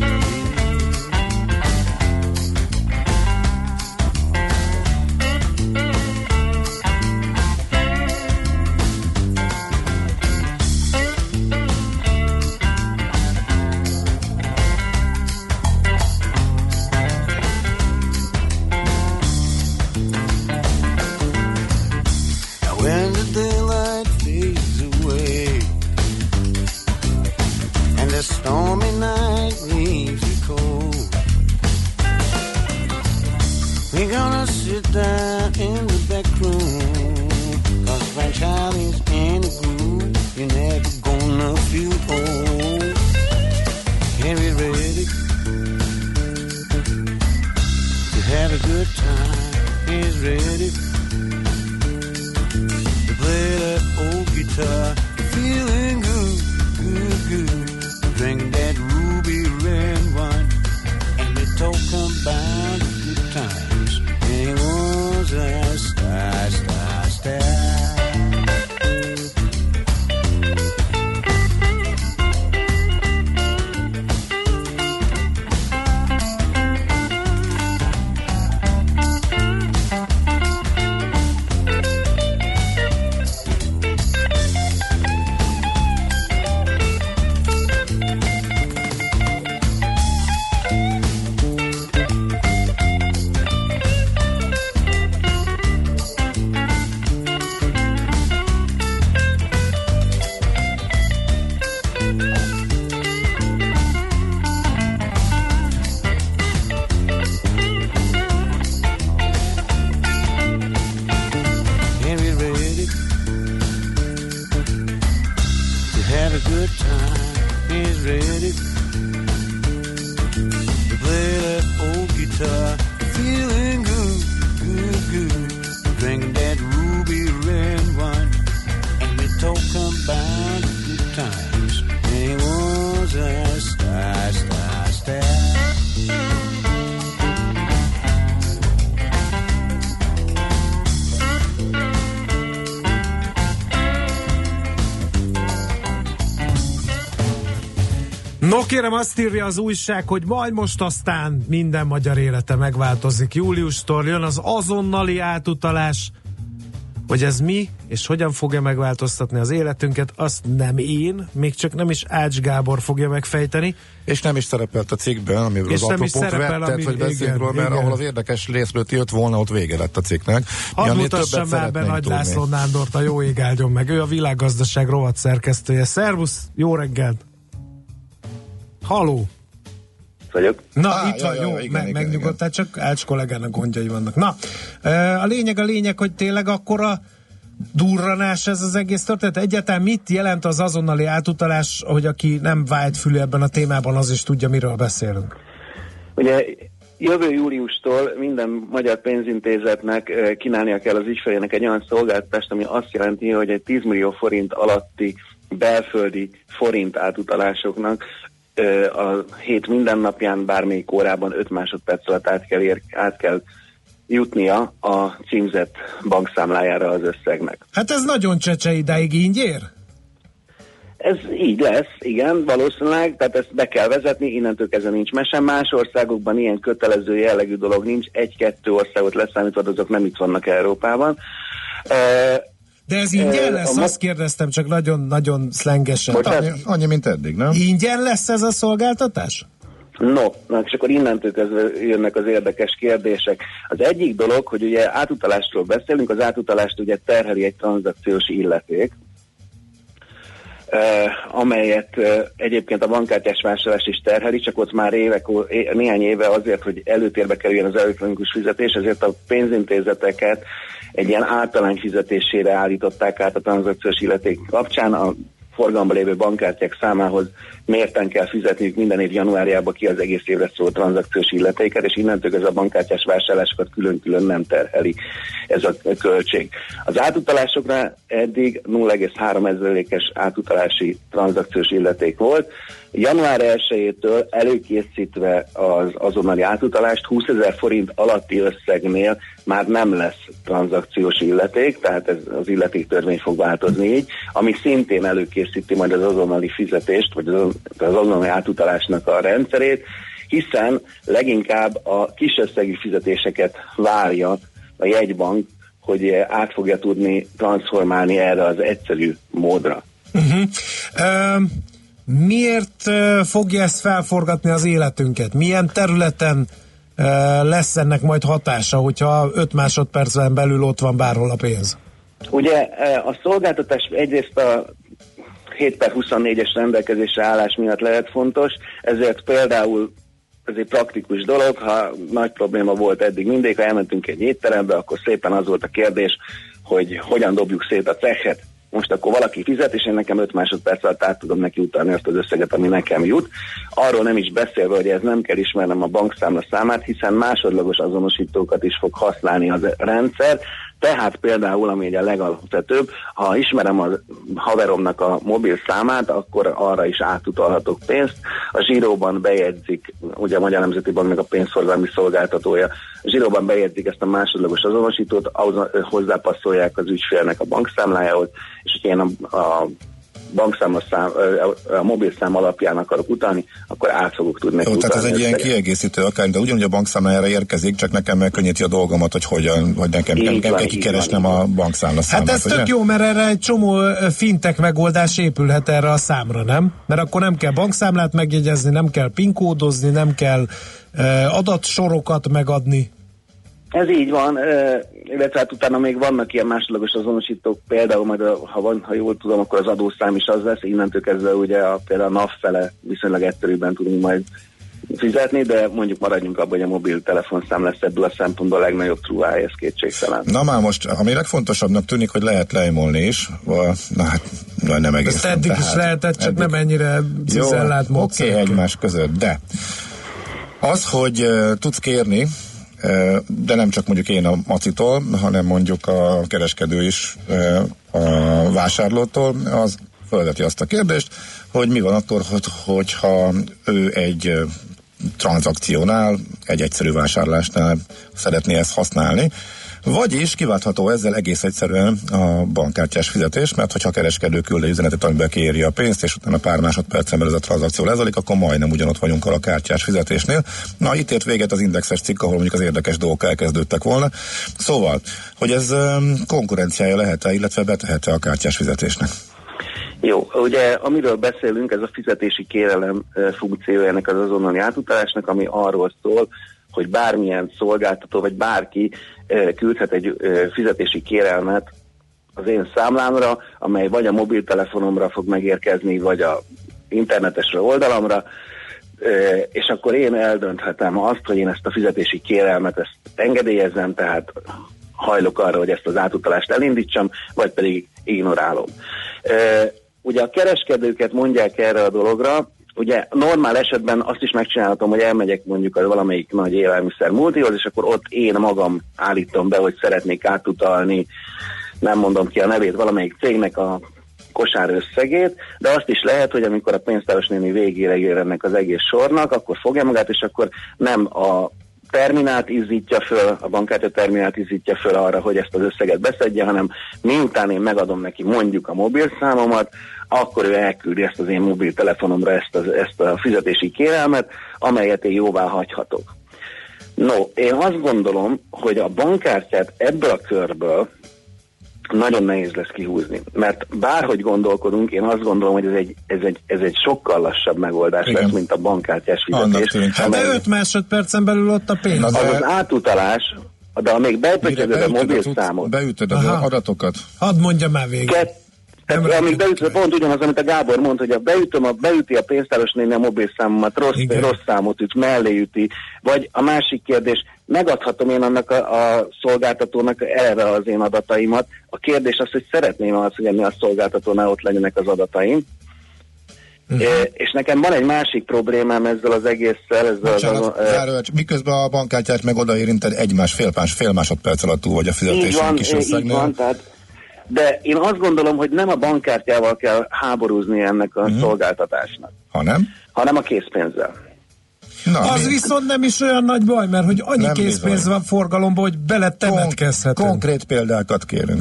When the daylight fades away and the stormy night leaves you cold, we're gonna sit down in the back room, 'cause when Charlie's in the groove, you're never gonna feel old. And we're ready to have a good time. He's ready play that old guitar, feeling good, good, good. Drink that ruby red wine, and we talk about the good times. Anyone a good time. He's ready to play that old guitar. Feeling good, good, good. Drinking that ruby red wine. And we talk about the good times. And he was a star, star, star. No kérem, azt írja az újság, hogy majd most aztán minden magyar élete megváltozik. Júliustól jön az azonnali átutalás. Hogy ez mi, és hogyan fogja megváltoztatni az életünket, azt nem én, még csak nem is Ács Gábor fogja megfejteni. És nem is szerepelt a cikkben, amiről az apropót vetted, hogy beszéljünk róla, mert ahol az érdekes részről jött volna, ott vége lett a cikknek. Hadd mutassam már be Nagy László Nándort, a jó ég áldjon meg. Ő a Világgazdaság rovat szerkesztője. Szervusz, jó reggelt! Haló! Vagyok. Na, itt van, jó, megnyugodtál, csak Ács kollégának gondjai vannak. Na, a lényeg, hogy tényleg akkora durranás ez az egész történet. Egyáltalán mit jelent az azonnali átutalás, hogy aki nem vált fülű ebben a témában, az is tudja, miről beszélünk? Ugye jövő júliustól minden magyar pénzintézetnek kínálnia kell az ügyfelének egy olyan szolgáltatást, ami azt jelenti, hogy egy 10 millió forint alatti belföldi forint átutalásoknak a hét minden napján bármelyik órában 5 másodperc alatt át kell jutnia a címzett bankszámlájára az összegnek. Hát ez nagyon csecse, idáig így ér? Ez így lesz, igen, valószínűleg, tehát ezt be kell vezetni, innentől kezdve nincs mese. Más országokban ilyen kötelező jellegű dolog nincs, 1-2 országot leszámítva, azok nem itt vannak Európában. De ez ingyen lesz? Azt kérdeztem, csak nagyon szlengesen. Annyi, mint eddig, nem? Ingyen lesz ez a szolgáltatás? No, és akkor innentől kezdve jönnek az érdekes kérdések. Az egyik dolog, hogy ugye átutalásról beszélünk, az átutalást ugye terheli egy tranzakciós illeték, amelyet egyébként a bankkártyás vásárlás is terheli, csak ott már néhány éve azért, hogy előtérbe kerüljön az elektronikus fizetés, ezért a pénzintézeteket egy ilyen általány fizetésére állították át a tranzakciós illeték kapcsán. A forgalomban lévő bankkártyák számához mérten kell fizetniük minden év januárjában ki az egész évre szóló tranzakciós illetéket, és innentől ez a bankkártyás vásárlásokat külön-külön nem terheli ez a költség. Az átutalásokra eddig 0,3%-es átutalási tranzakciós illeték volt. Január 1-től előkészítve az azonnali átutalást 20 000 forint alatti összegnél már nem lesz tranzakciós illeték, tehát ez az illetéktörvény fog változni így, ami szintén előkészíti majd az azonnali fizetést, vagy az azonnali átutalásnak a rendszerét, hiszen leginkább a kisösszegű fizetéseket várja a jegybank, hogy át fogja tudni transformálni erre az egyszerű módra. Miért fogja ezt felforgatni az életünket? Milyen területen lesz ennek majd hatása, hogyha 5 másodpercen belül ott van bárhol a pénz? Ugye a szolgáltatás egyrészt a 7/24-es rendelkezésre állás miatt lehet fontos, ezért például ez egy praktikus dolog, ha nagy probléma volt eddig mindig, ha elmentünk egy étterembe, akkor szépen az volt a kérdés, hogy hogyan dobjuk szét a cechet. Most akkor valaki fizet, és én nekem 5 másodperc alatt át tudom neki utalni azt az összeget, ami nekem jut. Arról nem is beszélve, hogy ez nem kell ismernem a bankszámla számát, hiszen másodlagos azonosítókat is fog használni az rendszer. Tehát például, ami ugye a legalapvetőbb, ha ismerem a haveromnak a mobil számát, akkor arra is átutalhatok pénzt. A zsíróban bejegyzik, ugye a Magyar Nemzeti Banknak a pénzforgalmi szolgáltatója, a zsíróban bejegyzik ezt a másodlagos azonosítót, hozzápasszolják az ügyfélnek a bankszámlájához, és hogyha én a a mobilszám alapján akarok utalni, akkor át fogok tudni utalni. Tehát ez egy ilyen kiegészítő akár, de ugyanúgy a bankszámlájára érkezik, csak nekem megkönnyíti a dolgomat, hogy nekem kell kikeresnem a bankszámla számát. Hát ez tök jó, mert erre egy csomó fintech megoldás épülhet erre a számra, nem? Mert akkor nem kell bankszámlát megjegyezni, nem kell PIN-kódozni, nem kell adatsorokat megadni. Ez így van, illetve hát utána még vannak ilyen másodlagos azonosítók, például majd, ha jól tudom, akkor az adószám is az lesz, innentől kezdve ugye például a NAV fele viszonylag egyszerűbben tudunk majd fizetni, de mondjuk maradjunk abban, hogy a mobiltelefonszám lesz ebből a szempontból a legnagyobb trúvája, ez kétségtelen. Na már most, ami legfontosabbnak tűnik, hogy lehet leimolni is, na hát nem egészen. Ezt eddig is lehetett, csak nem ennyire cizellált módszer. Oké, egymás között, de az, hogy tudsz kérni, de nem csak mondjuk én a macitól, hanem mondjuk a kereskedő is a vásárlótól, az felveti azt a kérdést, hogy mi van akkor, hogyha ő egy tranzakciónál, egy egyszerű vásárlásnál szeretné ezt használni. Vagyis kiváltható ezzel egész egyszerűen a bankkártyás fizetés, mert hogyha a kereskedő küld egy üzenetet, amiben kéri a pénzt, és utána pár másodpercen belül ez a tranzakció lezajlik, akkor majdnem ugyanott vagyunk a kártyás fizetésnél. Na, itt ért véget az Indexes cikk, ahol mondjuk az érdekes dolgok elkezdődtek volna. Szóval, hogy ez konkurenciája lehet-e, illetve betehet-e a kártyás fizetésnek? Jó, ugye amiről beszélünk, ez a fizetési kérelem funkciója ennek az azonnali átutalásnak, ami arról szól, hogy bármilyen szolgáltató, vagy bárki küldhet egy fizetési kérelmet az én számlámra, amely vagy a mobiltelefonomra fog megérkezni, vagy a internetes oldalamra, és akkor én eldönthetem azt, hogy én ezt a fizetési kérelmet ezt engedélyezem, tehát hajlok arra, hogy ezt az átutalást elindítsam, vagy pedig ignorálom. Ugye a kereskedőket mondják erre a dologra, ugye normál esetben azt is megcsinálhatom, hogy elmegyek mondjuk a valamelyik nagy élelmiszer multihoz, és akkor ott én magam állítom be, hogy szeretnék átutalni, nem mondom ki a nevét, valamelyik cégnek a kosár összegét, de azt is lehet, hogy amikor a pénztáros néni végére ér ennek az egész sornak, akkor fogja magát, és akkor nem a terminált izzítja föl, a bankkártya terminált izzítja föl arra, hogy ezt az összeget beszedje, hanem miután én megadom neki mondjuk a mobilszámomat, akkor ő elküldi ezt az én mobiltelefonomra ezt a fizetési kérelmet, amelyet én jóvá hagyhatok. No, én azt gondolom, hogy a bankkártyát ebből a körből nagyon nehéz lesz kihúzni, mert bárhogy gondolkodunk, én azt gondolom, hogy ez egy sokkal lassabb megoldás lesz, mint a bankkártyás fizetés. De 5 másodpercen belül ott a pénz. Az átutalás, de amíg bepötyögöd a mobilszámot. Beütöd az adatokat. Hadd mondja már végig. Amíg beütöd, pont ugyanaz, amit a Gábor mondta, hogy beüti a pénztáros néni a mobilszámomat, rossz számot üt, mellé üti, vagy a másik kérdés, megadhatom én annak a szolgáltatónak erre az én adataimat. A kérdés az, hogy szeretném azt, hogy ennél a szolgáltatónál ott legyenek az adataim. És nekem van egy másik problémám ezzel az egésszel. Miközben a bankkártyát meg odaérinted fél másodperc alatt túl vagy a fizetésen kis összegnél. Így van, de én azt gondolom, hogy nem a bankkártyával kell háborúzni ennek a szolgáltatásnak. Hanem a készpénzzel. Az viszont nem is olyan nagy baj, mert hogy annyi készpénz van forgalomban, hogy bele temetkezhetünk. Konkrét példákat kérünk.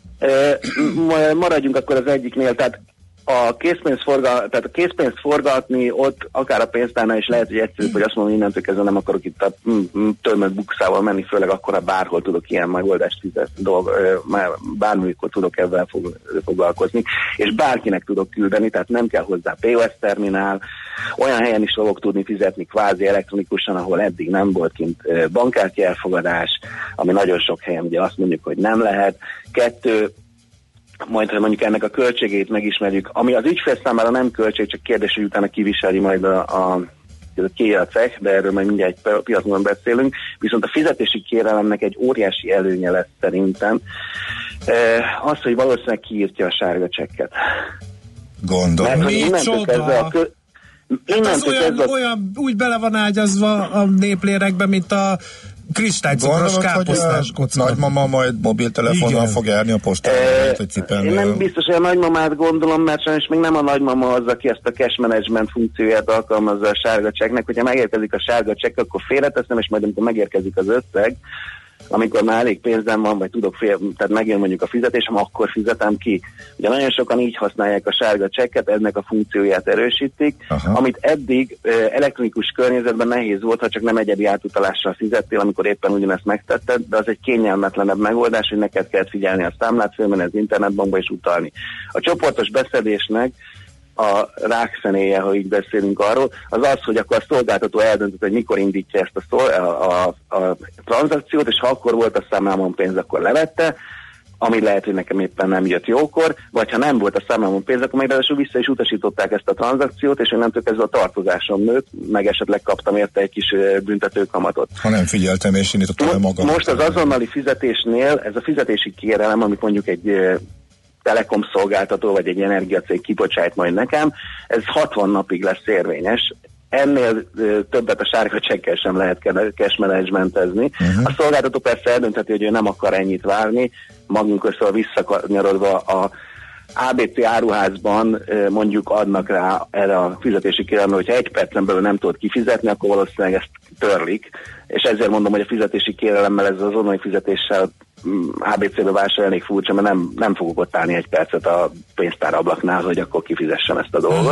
Maradjunk akkor az egyiknél, tehát a készpénzt forgatni ott, akár a pénztárnál is lehet, hogy egyszerűbb, hogy azt mondom, hogy innentől kezdve nem akarok itt a tömött bukszával menni, főleg akkor, ha bárhol tudok ilyen megoldást fizetni, bármikor tudok ebben foglalkozni, és bárkinek tudok küldeni, tehát nem kell hozzá POS terminál, olyan helyen is fogok tudni fizetni kvázi elektronikusan, ahol eddig nem volt kint bankkártya elfogadás, ami nagyon sok helyen ugye azt mondjuk, hogy nem lehet. 2, majd ha mondjuk ennek a költségét megismerjük, ami az ügyfél számára nem költség, csak kérdés, hogy utána kiviseli majd ki a cég, de erről majd mindjárt egy piacon beszélünk, viszont a fizetési kérelemnek egy óriási előnye lesz szerintem, az, hogy valószínűleg kiírtja a sárga csekket. Gondolom. Az olyan úgy bele van ágyazva a néplérekbe, mint a kristálycukros káposztás kocka. Nagymama majd mobiltelefonnal fog járni a postára, hogy cipelni. Én nem biztos, hogy a nagymamát gondolom, mert sajnos még nem a nagymama az, aki ezt a cash management funkcióját alkalmazza a sárga csekknek. Hogyha megérkezik a sárga csekk, akkor félreteszem, és majd amikor megérkezik az összeg, amikor már elég pénzem van, vagy tehát megjön mondjuk a fizetésem, akkor fizetem ki. Ugye nagyon sokan így használják a sárga csekket, ennek a funkcióját erősítik, amit eddig elektronikus környezetben nehéz volt, ha csak nem egyedi átutalással fizettél, amikor éppen ugyanezt megtetted, de az egy kényelmetlenebb megoldás, hogy neked kell figyelni a számlát, fölmenni az internetbankba és utalni. A csoportos beszedésnek a rákszenéje, ha így beszélünk arról, az az, hogy akkor a szolgáltató eldöntött, hogy mikor indítja ezt a tranzakciót, és ha akkor volt a számlámon pénz, akkor levette, ami lehet, hogy nekem éppen nem jött jókor, vagy ha nem volt a számomon pénz, akkor még ráadásul vissza is utasították ezt a tranzakciót, és innentől kezdve a tartozásom nőtt, meg esetleg kaptam érte egy kis büntetőkamatot. Ha nem figyeltem, és indítottam el magam. Most az azonnali fizetésnél ez a fizetési kérelem, amit mondjuk egy telekom szolgáltató vagy egy energiacég kibocsájt majd nekem, ez 60 napig lesz érvényes. Ennél többet a sárga csekkkel sem lehet cash managementezni. A szolgáltató persze eldöntheti, hogy ő nem akar ennyit várni, magunkhoz szóval visszakanyarodva a ABC áruházban mondjuk adnak rá erre a fizetési kérelmre, hogyha 1 percen belül nem tudod kifizetni, akkor valószínűleg ezt törlik, és ezért mondom, hogy a fizetési kérelemmel, ez az azonnali fizetéssel ABC-be vásárolni furcsa, mert nem fogok ott állni 1 percet a pénztárablaknál, hogy akkor kifizessem ezt a dolgot.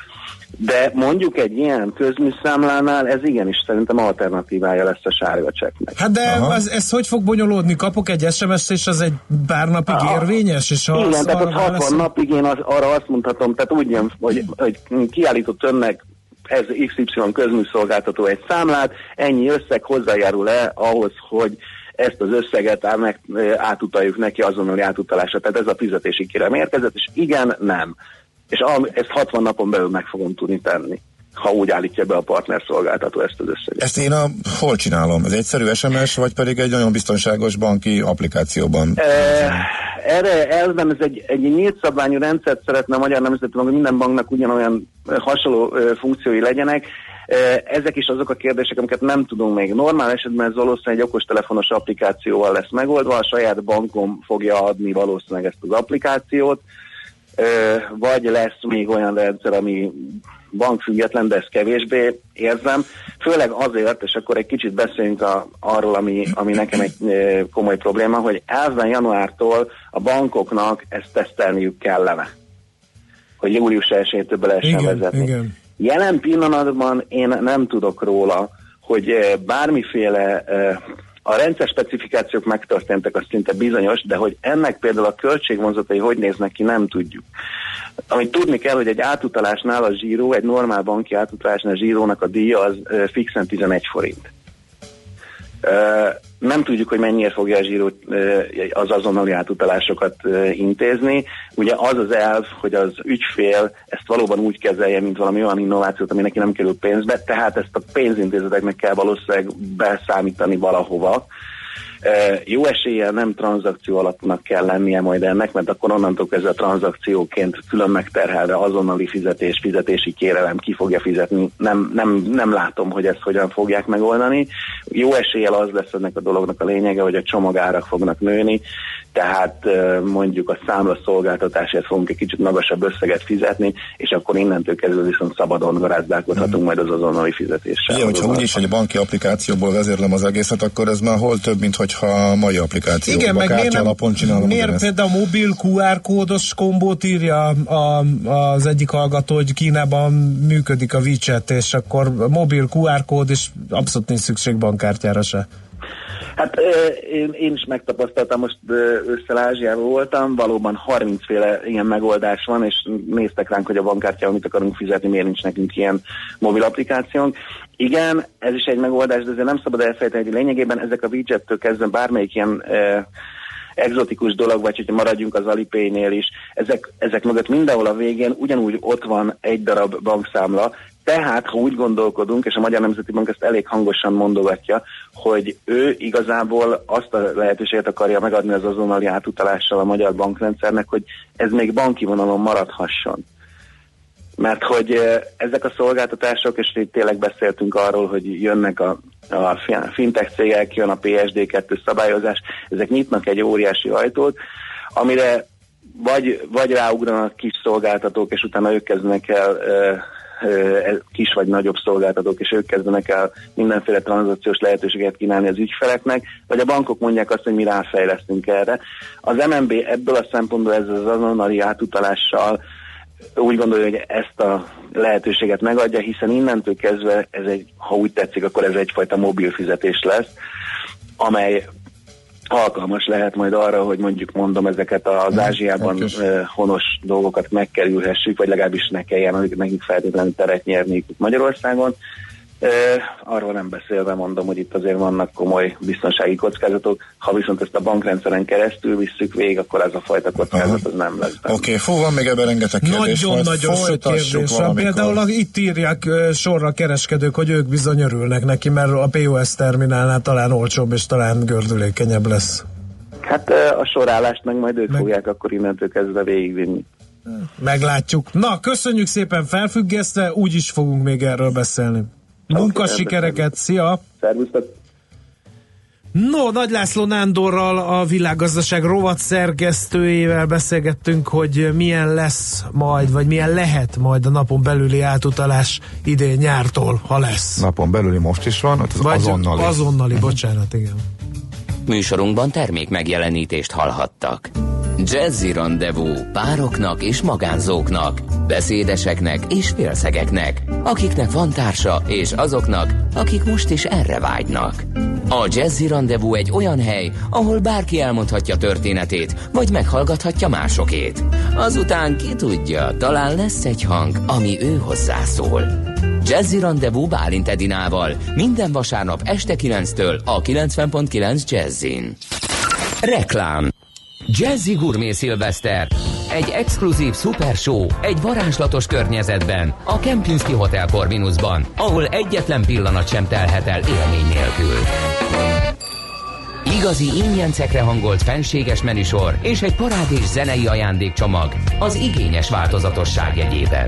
De mondjuk egy ilyen közműszámlánál ez igenis szerintem alternatívája lesz a sárga csekknek. Hát de ez hogy fog bonyolódni? Kapok egy SMS-t, és az egy pár napig érvényes? És igen, tehát ott 60 napig én arra azt mondhatom, tehát úgy jön, hogy kiállított önnek ez XY közműszolgáltató egy számlát, ennyi összeg hozzájárul-e ahhoz, hogy ezt az összeget átutaljuk neki azonnali átutalásra. Tehát ez a fizetési kérelem érkezett, és igen, nem. És ezt 60 napon belül meg fogom tudni tenni, ha úgy állítja be a partnerszolgáltató ezt az összeget. Ezt én hol csinálom? Ez egyszerű SMS, vagy pedig egy nagyon biztonságos banki applikációban? Erre elvben ez egy nyílt szabványú rendszert szeretne a Magyar Nemzeti Bank, hogy minden banknak ugyanolyan hasonló funkciói legyenek. Ezek is azok a kérdések, amiket nem tudunk még. Normál esetben ez valószínűleg egy okostelefonos applikációval lesz megoldva, a saját bankom fogja adni valószínűleg ezt az applikációt, vagy lesz még olyan rendszer, ami bankfüggetlen, de ezt kevésbé érzem. Főleg azért, és akkor egy kicsit beszéljünk arról, ami nekem egy komoly probléma, hogy elvben januártól a bankoknak ezt tesztelniük kellene, hogy július 1-től be lehessen vezetni. Igen. Jelen pillanatban én nem tudok róla, hogy bármiféle a rendszer specifikációk megtörténtek, az szinte bizonyos, de hogy ennek például a költségvonzatai hogy néznek ki, nem tudjuk. Amit tudni kell, hogy egy átutalásnál a zsíró, egy normál banki átutalásnál a zsírónak a díja az fixen 11 forint. Nem tudjuk, hogy mennyire fogja a zsíró az azonnali átutalásokat intézni. Ugye az az elv, hogy az ügyfél ezt valóban úgy kezelje, mint valami olyan innovációt, ami neki nem kerül pénzbe, tehát ezt a pénzintézeteknek kell valószínűleg beszámítani valahova. Jó eséllyel nem tranzakció alapúnak kell lennie majd ennek, mert akkor onnantól kezdve a tranzakcióként külön megterhelve azonnali fizetési kérelem ki fogja fizetni. Nem látom, hogy ezt hogyan fogják megoldani. Jó eséllyel az lesz ennek a dolognak a lényege, hogy a csomagárak fognak nőni, tehát mondjuk a számlaszolgáltatásért fogunk egy kicsit magasabb összeget fizetni, és akkor innentől kezdve viszont szabadon garázdálkodhatunk majd az azonnali fizetéssel. Igen, hogyha úgyis egy banki applikációból vezérlem az egészet, akkor ez már hol több, mint hogyha a mai applikációban. Igen, meg miért például a mobil QR kódos kombót írja az egyik hallgató, hogy Kínában működik a WeChat, és akkor mobil QR kód, és abszolút nincs szükség bankkártyára se. Hát én is megtapasztaltam, most ősszel Ázsiában voltam, valóban 30 féle ilyen megoldás van, és néztek ránk, hogy a bankkártyával mit akarunk fizetni, miért nincs nekünk ilyen mobil applikációnk. Igen, ez is egy megoldás, de azért nem szabad elfelejteni, hogy lényegében ezek a widgettől kezdve bármelyik ilyen egzotikus dolog, vagy hogyha maradjunk az Alipay-nél is, ezek mögött mindenhol a végén ugyanúgy ott van egy darab bankszámla, tehát, ha úgy gondolkodunk, és a Magyar Nemzeti Bank ezt elég hangosan mondogatja, hogy ő igazából azt a lehetőséget akarja megadni az azonnali átutalással a magyar bankrendszernek, hogy ez még banki vonalon maradhasson. Mert hogy ezek a szolgáltatások, és itt tényleg beszéltünk arról, hogy jönnek a fintech cégek, jön a PSD2 szabályozás, ezek nyitnak egy óriási ajtót, amire vagy ráugranak kis szolgáltatók, és utána ők kezdenek el kis vagy nagyobb szolgáltatók, és ők kezdenek el mindenféle tranzakciós lehetőséget kínálni az ügyfeleknek, vagy a bankok mondják azt, hogy mi ráfejlesztünk erre. Az MNB ebből a szempontból ezzel az azonnali átutalással úgy gondolja, hogy ezt a lehetőséget megadja, hiszen innentől kezdve ez ha úgy tetszik, akkor ez egyfajta mobil fizetés lesz, amely alkalmas lehet majd arra, hogy mondom ezeket az Ázsiában honos dolgokat megkerülhessük, vagy legalábbis ne kelljen nekik feltétlenül teret nyerni Magyarországon. Arról nem beszélve mondom, hogy itt azért vannak komoly biztonsági kockázatok. Ha viszont ezt a bankrendszeren keresztül visszük végig, akkor ez a fajta kockázat az nem lesz benne. Oké, van még ebben rengeteg kérdés. Nagyon sok kérdés van. Például itt írják sorra kereskedők, hogy ők bizony örülnek neki, mert a POS terminálnál talán olcsóbb és talán gördülékenyebb lesz. Hát a sorállást meg majd ők fogják akkor innentől kezdve végigvinni. Meglátjuk. Na, köszönjük szépen felfüggesztve, úgyis fogunk még erről beszélni. Munkasikereket, szia! Szervusztok! No, Nagy László Nándorral, a Világgazdaság rovat szerkesztőjével beszélgettünk, hogy milyen lesz majd, vagy milyen lehet majd a napon belüli átutalás idén nyártól, ha lesz. Napon belüli most is van, az vagy azonnali. Azonnali, bocsánat, igen. Műsorunkban termék megjelenítést hallhattak. Jazzy Rendezvous pároknak és magánzóknak, beszédeseknek és félszegeknek, akiknek van társa és azoknak, akik most is erre vágynak. A Jazzy Rendezvous egy olyan hely, ahol bárki elmondhatja történetét, vagy meghallgathatja másokét. Azután ki tudja, talán lesz egy hang, ami ő hozzászól. Jazzy Rendezvous Bálint Edinával minden vasárnap este 9-től a 90.9 Jazzin. Reklám. Jazzy Gourmet Szilveszter. Egy exkluzív szupershow egy varázslatos környezetben, a Kempinski Hotel Corvinusban, ahol egyetlen pillanat sem telhet el élmény nélkül. Igazi ingyencekre hangolt fenséges menüsor és egy parádés zenei ajándékcsomag az igényes változatosság jegyében.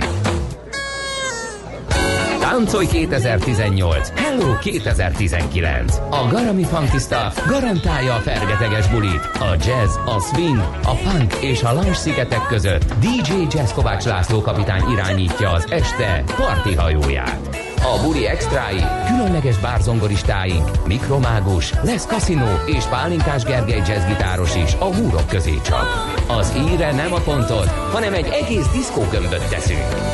Táncolj 2018, Hello 2019. A Garami Funkista garantálja a fergeteges bulit, a jazz, a swing, a punk és a lounge szigetek között. DJ Jazz Kovács László kapitány irányítja az este parti hajóját. A buli extrái, különleges bárzongoristáink, Mikromágus, lesz kaszinó és Pálinkás Gergely jazzgitáros is a húrok közé csap. Az íre nem a pontot, hanem egy egész diszkógömböt teszünk.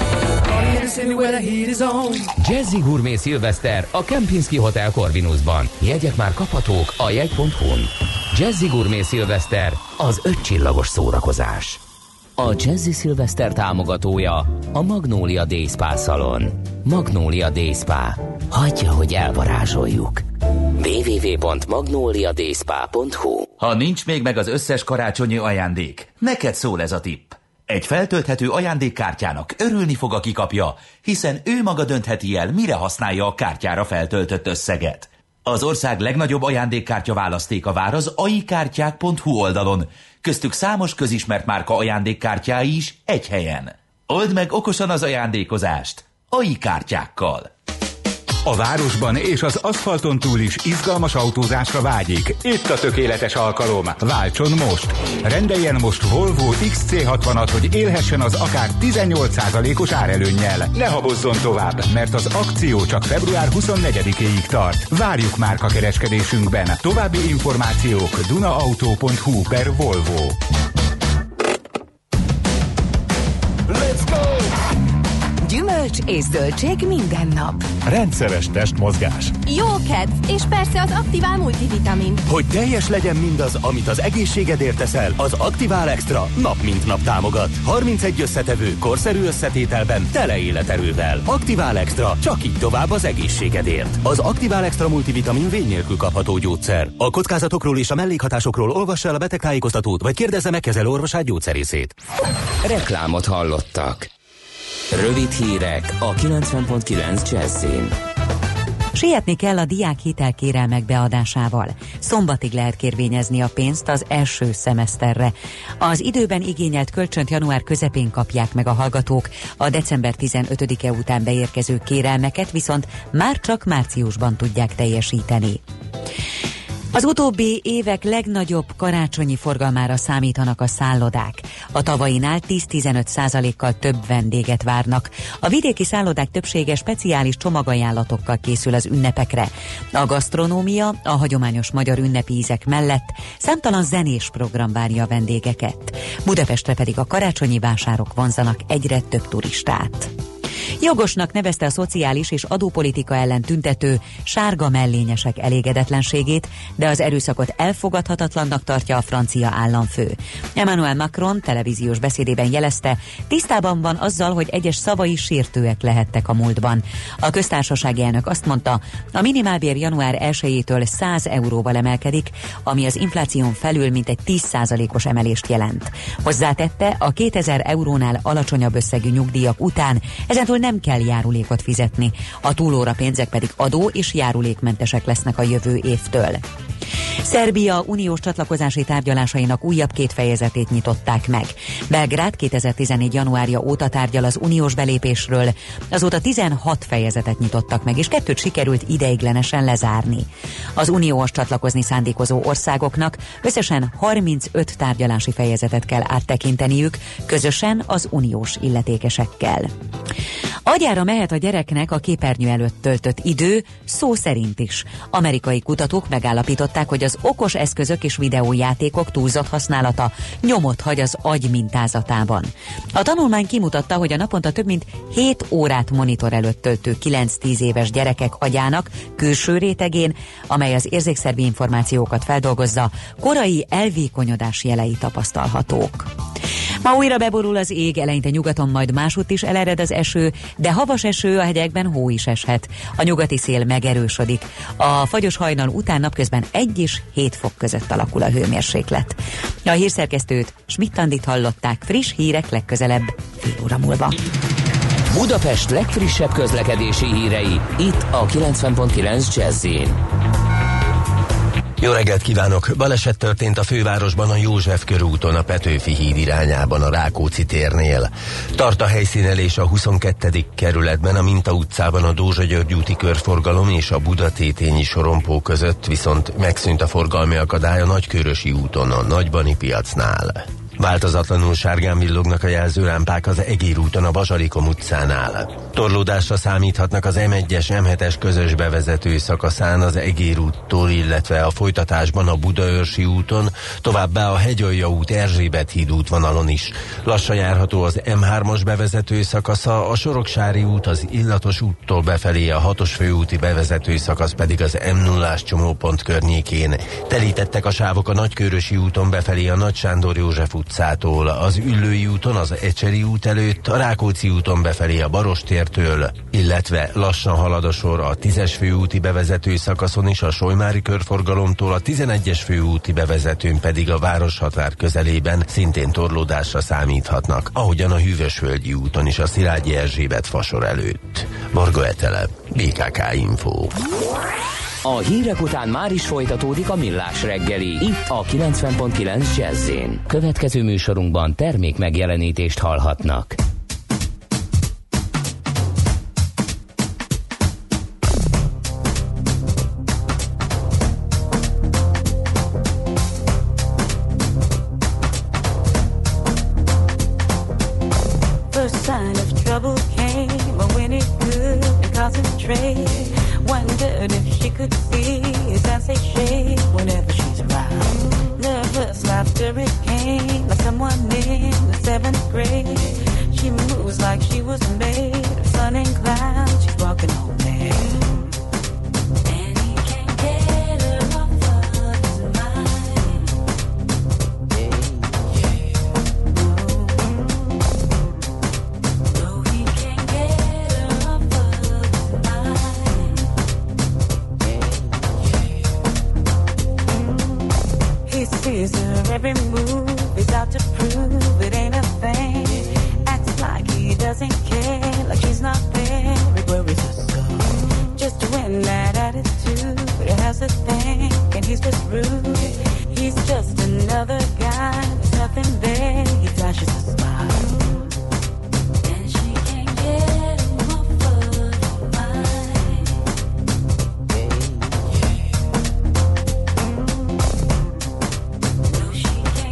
Jazzy Gourmet Szilveszter a Kempinski Hotel Corvinusban. Jegyek már kaphatók a jegy.hu-n. Jazzy Gourmet Szilveszter, az 5 csillagos szórakozás. A Jazzy Szilveszter támogatója a Magnolia Day Spa Salon. Magnolia Day Spa. Hagyja, hogy elvarázsoljuk. www.magnoliadayspa.hu. Ha nincs még meg az összes karácsonyi ajándék, neked szól ez a tipp. Egy feltölthető ajándékkártyának örülni fog, aki kapja, hiszen ő maga döntheti el, mire használja a kártyára feltöltött összeget. Az ország legnagyobb ajándékkártya választéka vár az aikártyák.hu oldalon, köztük számos közismert márka ajándékkártyái is egy helyen. Old meg okosan az ajándékozást AI kártyákkal. A városban és az aszfalton túl is izgalmas autózásra vágyik. Itt a tökéletes alkalom. Váltson most! Rendeljen most Volvo XC60-at, hogy élhessen az akár 18%-os árelőnnyel. Ne habozzon tovább, mert az akció csak február 24-éig tart. Várjuk márkakereskedésünkben. További információk dunaauto.hu/Volvo. Gyümölcs és zöldség minden nap. Rendszeres testmozgás. Jó kedv, és persze az Aktivál multivitamin. Hogy teljes legyen mindaz, amit az egészségedért teszel, az Aktivál Extra nap mint nap támogat. 31 összetevő, korszerű összetételben, tele életerővel. Aktivál Extra, csak így tovább az egészségedért. Az Aktivál Extra multivitamin vény nélkül kapható gyógyszer. A kockázatokról és a mellékhatásokról olvassa el a betegtájékoztatót, vagy kérdezze meg kezelőorvosát, gyógyszerészét. Reklámot hallottak. Rövid hírek a 90.9 Jazzin. Sietni kell a diák hitelkérelmek beadásával. Szombatig lehet kérvényezni a pénzt az első szemeszterre. Az időben igényelt kölcsönt január közepén kapják meg a hallgatók, a december 15-e után beérkező kérelmeket viszont már csak márciusban tudják teljesíteni. Az utóbbi évek legnagyobb karácsonyi forgalmára számítanak a szállodák. A tavainál 10-15%-kal több vendéget várnak. A vidéki szállodák többsége speciális csomagajánlatokkal készül az ünnepekre. A gasztronómia, a hagyományos magyar ünnepi ízek mellett számtalan zenés program várja a vendégeket. Budapestre pedig a karácsonyi vásárok vonzanak egyre több turistát. Jogosnak nevezte a szociális és adópolitika ellen tüntető sárga mellényesek elégedetlenségét, de az erőszakot elfogadhatatlannak tartja a francia államfő. Emmanuel Macron televíziós beszédében jelezte, tisztában van azzal, hogy egyes szavai sértőek lehettek a múltban. A köztársasági elnök azt mondta, a minimálbér január 1-től 100 euróval emelkedik, ami az infláción felül mintegy 10%-os emelést jelent. Hozzátette, a 2000 eurónál alacsonyabb összegű nyugdíjak után ezentúl nem kell járulékot fizetni, a túlóra pénzek pedig adó és járulékmentesek lesznek a jövő évtől. Szerbia uniós csatlakozási tárgyalásainak újabb 2 fejezetét nyitották meg. Belgrád 2014. januárja óta tárgyal az uniós belépésről, azóta 16 fejezetet nyitottak meg, és 2 sikerült ideiglenesen lezárni. Az unióhoz csatlakozni szándékozó országoknak összesen 35 tárgyalási fejezetet kell áttekinteniük, közösen az uniós illetékesekkel. Agyára mehet a gyereknek a képernyő előtt töltött idő, szó szerint is. Amerikai kutatók megállapították, hogy az okos eszközök és videójátékok túlzott használata nyomot hagy az agy mintázatában. A tanulmány kimutatta, hogy a naponta több mint 7 órát monitor előtt töltő 9-10 éves gyerekek agyának külső rétegén, amely az érzékszervi információkat feldolgozza, korai elvékonyodás jelei tapasztalhatók. Ma újra beborul az ég, eleinte nyugaton, majd másutt is elered az eső, de havas eső, a hegyekben hó is eshet. A nyugati szél megerősödik. A fagyos hajnal után napközben 1 és 7 fok között alakul a hőmérséklet. A hírszerkesztőt, Schmidt-Andit hallották, friss hírek legközelebb fél óra múlva. Budapest legfrissebb közlekedési hírei, itt a 90.9 Jazz-in. Jó reggelt kívánok! Baleset történt a fővárosban a József körúton, a Petőfi híd irányában, a Rákóczi térnél. Tart a helyszínelés a 22. kerületben, a Minta utcában a Dózsa-György úti körforgalom és a Buda-Tétényi sorompó között, viszont megszűnt a forgalmi akadály a Nagykörösi úton, a Nagybani piacnál. Változatlanul sárgán villognak a jelzőlámpák az Egér úton, a Bazsalikom utcánál. Torlódásra számíthatnak az M1-es, M7-es közös bevezető szakaszán az Egér úttól, illetve a folytatásban a Budaörsi úton, továbbá a Hegyalja út, Erzsébet híd útvonalon is. Lassan járható az M3-as bevezető szakasza, a Soroksári út az Illatos úttól befelé, a 6-os főúti bevezető szakasz pedig az M0-ás csomópont környékén. Telítettek a sávok a Nagykörösi úton befelé, a Nagy Sándor József utcától, az Üllői úton, az Ecseri út előtt, a Rákóczi úton befelé a Barostértől, illetve lassan halad a sor a 10-es főúti bevezető szakaszon is, a Solymári körforgalomtól, a 11-es főúti bevezetőn pedig a városhatár közelében szintén torlódásra számíthatnak, ahogyan a Hűvösvölgyi úton is a Szilágyi Erzsébet fasor előtt. Varga Etele, BKK Info. A hírek után már is folytatódik a Millás reggeli, itt a 90.9 Jazz-én. Következő műsorunkban termék megjelenítést hallhatnak. First sign of trouble came when it could concentrate. Wondered if she could see his hands they shake whenever she's around. Nervous laughter it came like someone in the 7th grade. She moves like she was made of sun and clouds. She's walking home there. And he can't get her off of his mind. No, he can't get her off of his mind. He sees her every move, he's out to prove it ain't a thing. Acts like he doesn't care, like she's not there. It worries her so. Just when that attitude has a thing, and he's just rude. He's just another guy, there's nothing there. He flashes a smile. And she can't get him off of her mind. No, she can't.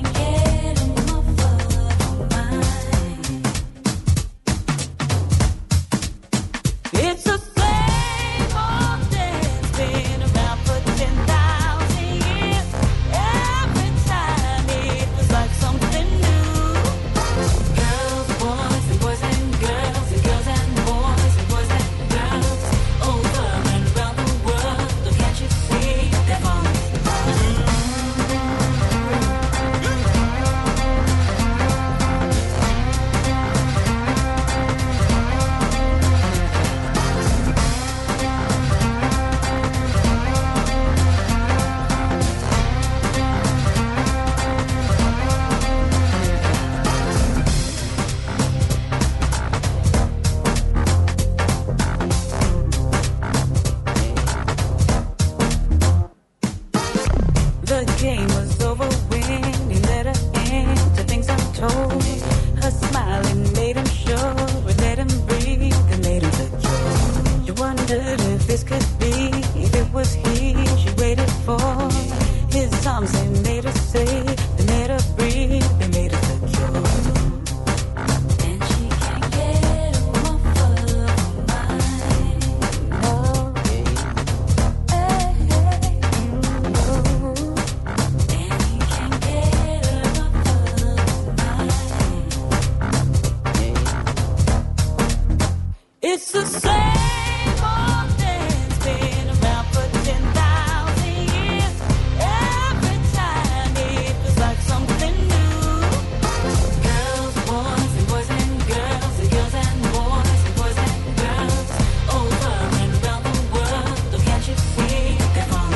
It's the same old dance, been around for 10,000 years. Every time it feels like something new. Girls, boys, and boys and girls, and girls and boys, and boys and girls, over and around the world. Oh, can't you see? Come on.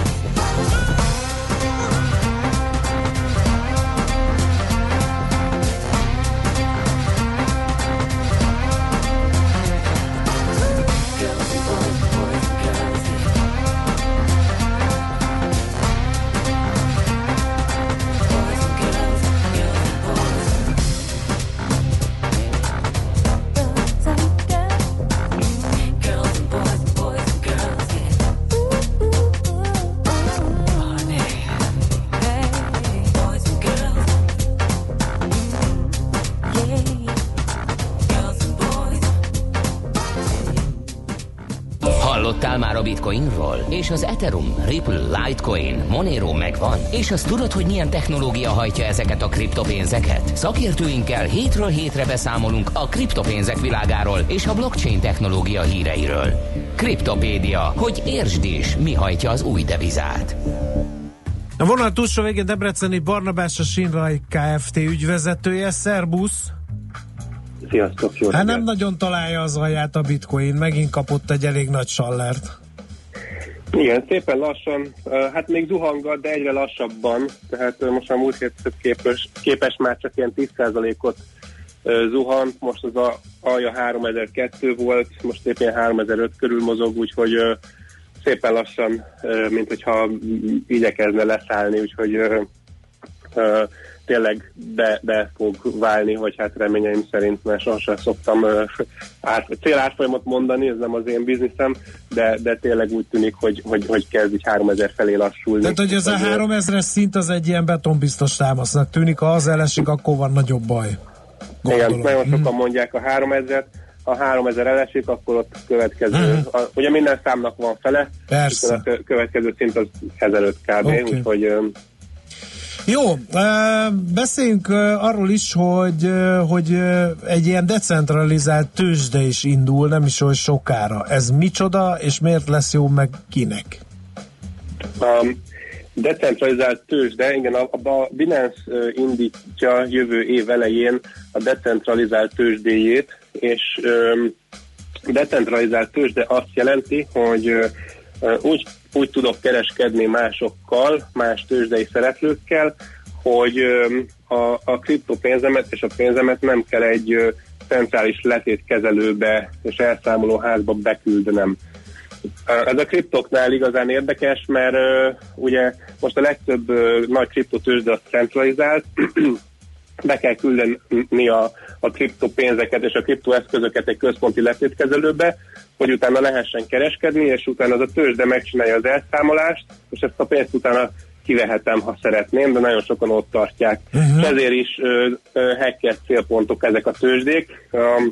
Hallottál már a Bitcoinról? És az Ethereum, Ripple, Litecoin, Monero megvan? És azt tudod, hogy milyen technológia hajtja ezeket a kriptopénzeket? Szakértőinkkel hétről hétre beszámolunk a kriptopénzek világáról és a blockchain technológia híreiről. Kriptopédia, hogy értsd is, mi hajtja az új devizát. A vonal túlsó végén Debreceni Barnabás, a Shinrai Kft. Ügyvezetője. Szerbusz! Sziasztok, jó Hát nem nagyon találja az alját a bitcoin, megint kapott egy elég nagy sallert. Igen, szépen lassan, hát még zuhangat, de egyre lassabban, tehát most a múlt héthez képes már csak ilyen 10%-ot zuhant, most az alja 3002 volt, most éppen 3005 körül mozog, úgyhogy szépen lassan, mint hogyha igyekezne leszállni, úgyhogy tényleg be fog válni, vagy hát reményeim szerint, mert sosem szoktam célárfolyamot mondani, ez nem az én bizniszem, de tényleg úgy tűnik, hogy kezd így 3000 felé lassulni. Tehát, hogy ez a 3000-es szint az egy ilyen betonbiztos támasznak tűnik, ha az elesik, akkor van nagyobb baj. Gondolom. Igen, nagyon sokan mondják a 3000-et, ha 3000 elesik, akkor ott következő, ugye minden számnak van fele, és a következő szint az 1005 kb. Okay. Úgyhogy jó, beszéljünk arról is, hogy egy ilyen decentralizált tőzsde is indul, nem is olyan sokára. Ez micsoda, és miért lesz jó, meg kinek? Decentralizált tőzsde, igen, a Binance indítja jövő év elején a decentralizált tőzsdéjét, és decentralizált tőzsde azt jelenti, hogy úgy tudok kereskedni másokkal, más tőzsdei szereplőkkel, hogy a kriptopénzemet és a pénzemet nem kell egy centrális letétkezelőbe és elszámoló házba beküldenem. Ez a kriptoknál igazán érdekes, mert ugye most a legtöbb nagy kriptotőzsde az centralizált, be kell küldeni a kriptopénzeket és a kriptoeszközöket egy központi letétkezelőbe, hogy utána lehessen kereskedni, és utána az a tőzsde megcsinálja az elszámolást, és ezt a pénzt utána kivehetem, ha szeretném, de nagyon sokan ott tartják. Ezért is hacker célpontok ezek a tőzsdék.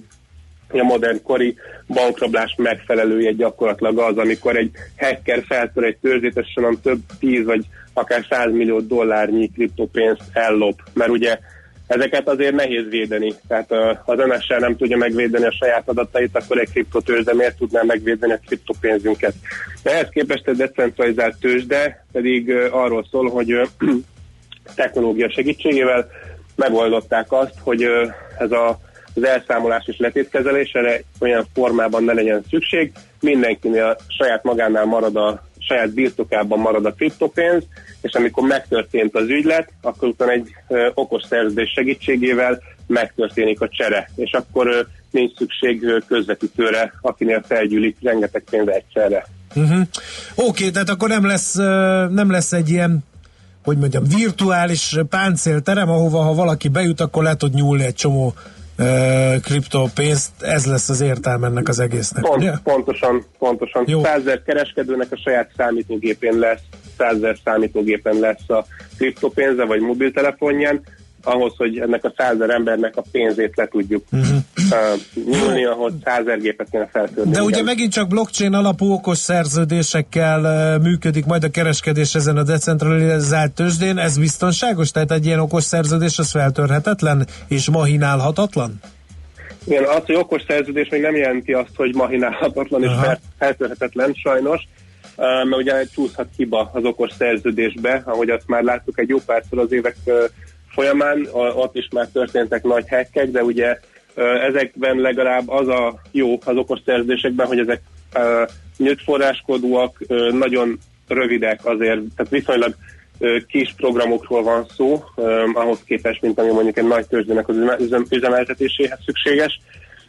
A modern kori bankrablás megfelelője gyakorlatilag az, amikor egy hacker feltör egy tőzsdét, és onnan több 10 vagy akár 100 millió dollárnyi kriptopénzt ellop, mert ugye ezeket azért nehéz védeni. Tehát az NSA nem tudja megvédeni a saját adatait, akkor egy kriptotőzsde miért tudná megvédeni a kriptopénzünket. De ehhez képest egy decentralizált tőzsde pedig arról szól, hogy technológia segítségével megoldották azt, hogy ez az elszámolás és letétkezelésre olyan formában ne legyen szükség. Mindenkinél saját magánál marad saját birtokában marad a kriptopénz, és amikor megtörtént az ügylet, akkor utána egy okos szerződés segítségével megtörténik a csere, és akkor nincs szükség közvetítőre, akinél felgyűlik rengeteg pénz egyszerre. Oké, tehát akkor nem lesz egy ilyen, hogy mondjam, virtuális páncélterem, ahova ha valaki bejut, akkor le tud nyúlni egy csomó kriptopénzt, ez lesz az értelme ennek az egésznek. Pontosan. 100 000 kereskedőnek a saját számítógépén lesz, 100 000 számítógépen lesz a kriptopénze, vagy mobiltelefonján, ahhoz, hogy ennek a 100 000 embernek a pénzét le tudjuk nyúlni, ahhoz 100 000 gépet kéne feltörni. De ugye megint csak blockchain alapú okos szerződésekkel működik majd a kereskedés ezen a decentralizált tőzsdén, ez biztonságos? Tehát egy ilyen okos szerződés az feltörhetetlen és mahinálhatatlan? Igen, az, hogy okos szerződés még nem jelenti azt, hogy mahinálhatatlan és feltörhetetlen sajnos, mert ugye csúszhat hiba az okos szerződésbe, ahogy azt már láttuk egy jó párszor az évek folyamán, ott is már történtek nagy hackek, de ugye ezekben legalább az a jó az okos szerződésekben, hogy ezek nyílt forráskodúak, nagyon rövidek azért, tehát viszonylag kis programokról van szó, ahhoz képest, mint ami mondjuk egy nagy tőzsdének az üzemeltetéséhez szükséges,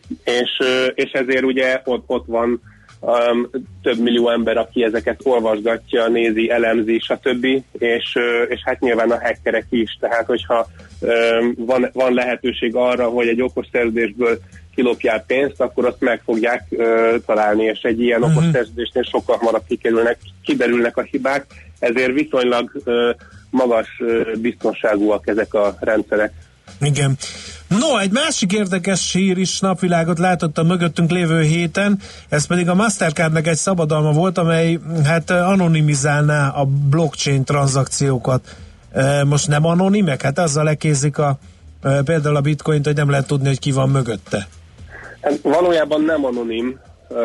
és ezért ugye ott van több millió ember, aki ezeket olvasgatja, nézi, elemzi, stb. És hát nyilván a hackerek is, tehát hogyha van lehetőség arra, hogy egy okos szerződésből kilopjál pénzt, akkor azt meg fogják találni, és egy ilyen okos szerződésnél sokkal hamarabb kiderülnek a hibák, ezért viszonylag magas biztonságúak ezek a rendszerek. Igen. No, egy másik érdekes hír is napvilágot látott a mögöttünk lévő héten, ez pedig a Mastercardnak egy szabadalma volt, amely hát anonimizálná a blockchain tranzakciókat. Most nem anonimek? Hát azzal lekézik például a bitcoint, hogy nem lehet tudni, hogy ki van mögötte. Hát valójában nem anonim.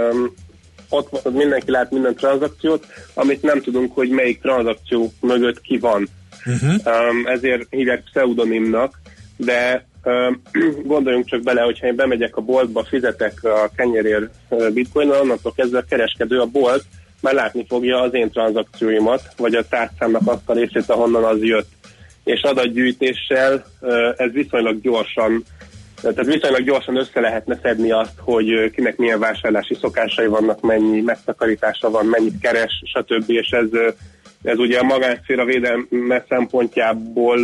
Ott mindenki lát minden tranzakciót, amit nem tudunk, hogy melyik tranzakció mögött ki van. Ezért hívják pseudonimnak, de gondoljunk csak bele, hogyha én bemegyek a boltba, fizetek a kenyerért bitcoinnal, onnantól kezdve a kereskedő, a bolt már látni fogja az én tranzakcióimat, vagy a tárcámnak azt a részét, ahonnan az jött. És adatgyűjtéssel ez viszonylag gyorsan össze lehetne szedni azt, hogy kinek milyen vásárlási szokásai vannak, mennyi megtakarítása van, mennyit keres, stb. És ez ugye a magánszféra védelme szempontjából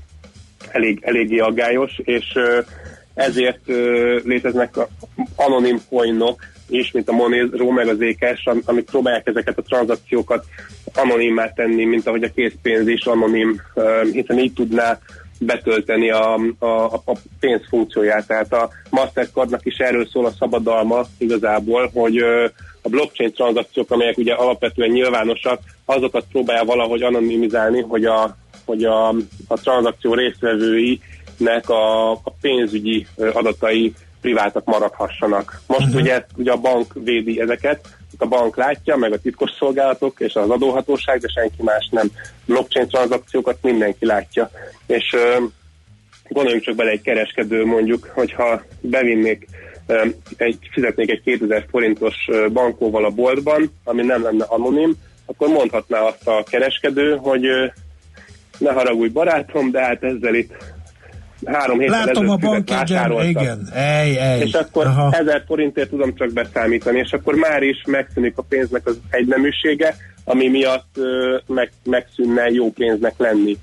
eléggé aggályos, és ezért léteznek anonim coinok is, mint a Monero, meg az Zcash, amik próbálják ezeket a tranzakciókat anonimmá tenni, mint ahogy a készpénz is anonim, hiszen így tudná betölteni a pénz funkcióját. Tehát a Mastercardnak is erről szól a szabadalma igazából, hogy a blockchain tranzakciók, amelyek ugye alapvetően nyilvánosak, azokat próbálja valahogy anonimizálni, hogy a tranzakció résztvevőinek a pénzügyi adatai privátak maradhassanak. Most ugye a bank védi ezeket, a bank látja, meg a titkos szolgálatok és az adóhatóság, de senki más nem. Blockchain tranzakciókat mindenki látja. És gondoljunk csak bele, egy kereskedő mondjuk, hogyha bevinnék, fizetnék egy 2000 forintos bankóval a boltban, ami nem lenne anonim, akkor mondhatná azt a kereskedő, hogy ne haragudj barátom, de hát ezzel itt 3 héttel látom a bankjegyen, igen. És akkor 1000 forintért tudom csak beszámítani, és akkor már is megszűnik a pénznek az egyneműsége, ami miatt megszűnne jó pénznek lenni.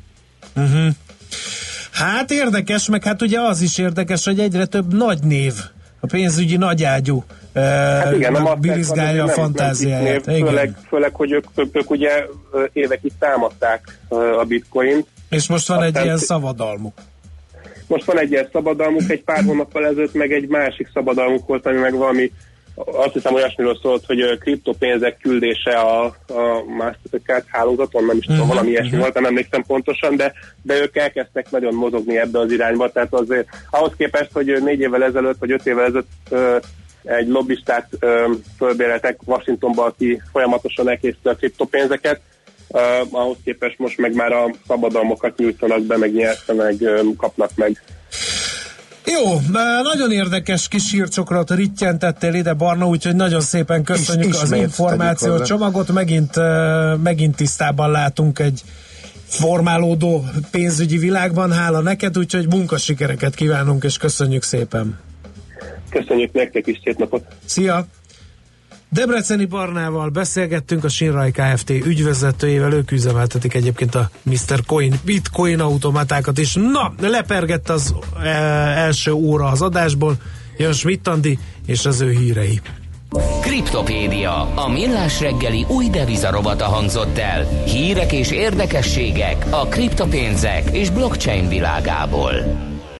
Hát érdekes, meg hát ugye az is érdekes, hogy egyre több nagy név, a pénzügyi nagyágyú hát igen, birizgálja a fantáziáját. Főleg, hogy ők ugye évekig támadták a bitcoint. És most van egy ilyen szabadalmuk. Most van egy ilyen szabadalmuk, egy pár hónappal ezelőtt meg egy másik szabadalmuk volt, ami meg valami, azt hiszem olyasmiről szólt, hogy kriptopénzek küldése a Mastercard hálózaton, nem is tudom, valami ilyesmi volt, nem emlékszem pontosan, de ők elkezdtek nagyon mozogni ebbe az irányba, tehát azért ahhoz képest, hogy 4 évvel ezelőtt, vagy 5 évvel ezelőtt egy lobbistát fölbéreltek Washingtonba, aki folyamatosan elkészítette a kriptopénzeket, ahhoz képest most meg már a szabadalmokat nyújtanak be, meg kapnak meg. Jó, nagyon érdekes kis hírcsokrot rittyentettél ide, Barna, úgyhogy nagyon szépen köszönjük az információ csomagot, megint tisztában látunk egy formálódó pénzügyi világban, hála neked, úgyhogy munkasikereket kívánunk, és köszönjük szépen. Köszönjük nektek is, szép napot! Szia! Debreceni Barnával beszélgettünk, a Shinrai Kft. Ügyvezetőjével, ők üzemeltetik egyébként a Mr. Coin bitcoin automatákat is. Na, lepergett az első óra az adásból, jön Schmidt Andi és az ő hírei. Kriptopédia, a millás reggeli új devizarobata hangzott el. Hírek és érdekességek a kriptopénzek és blockchain világából.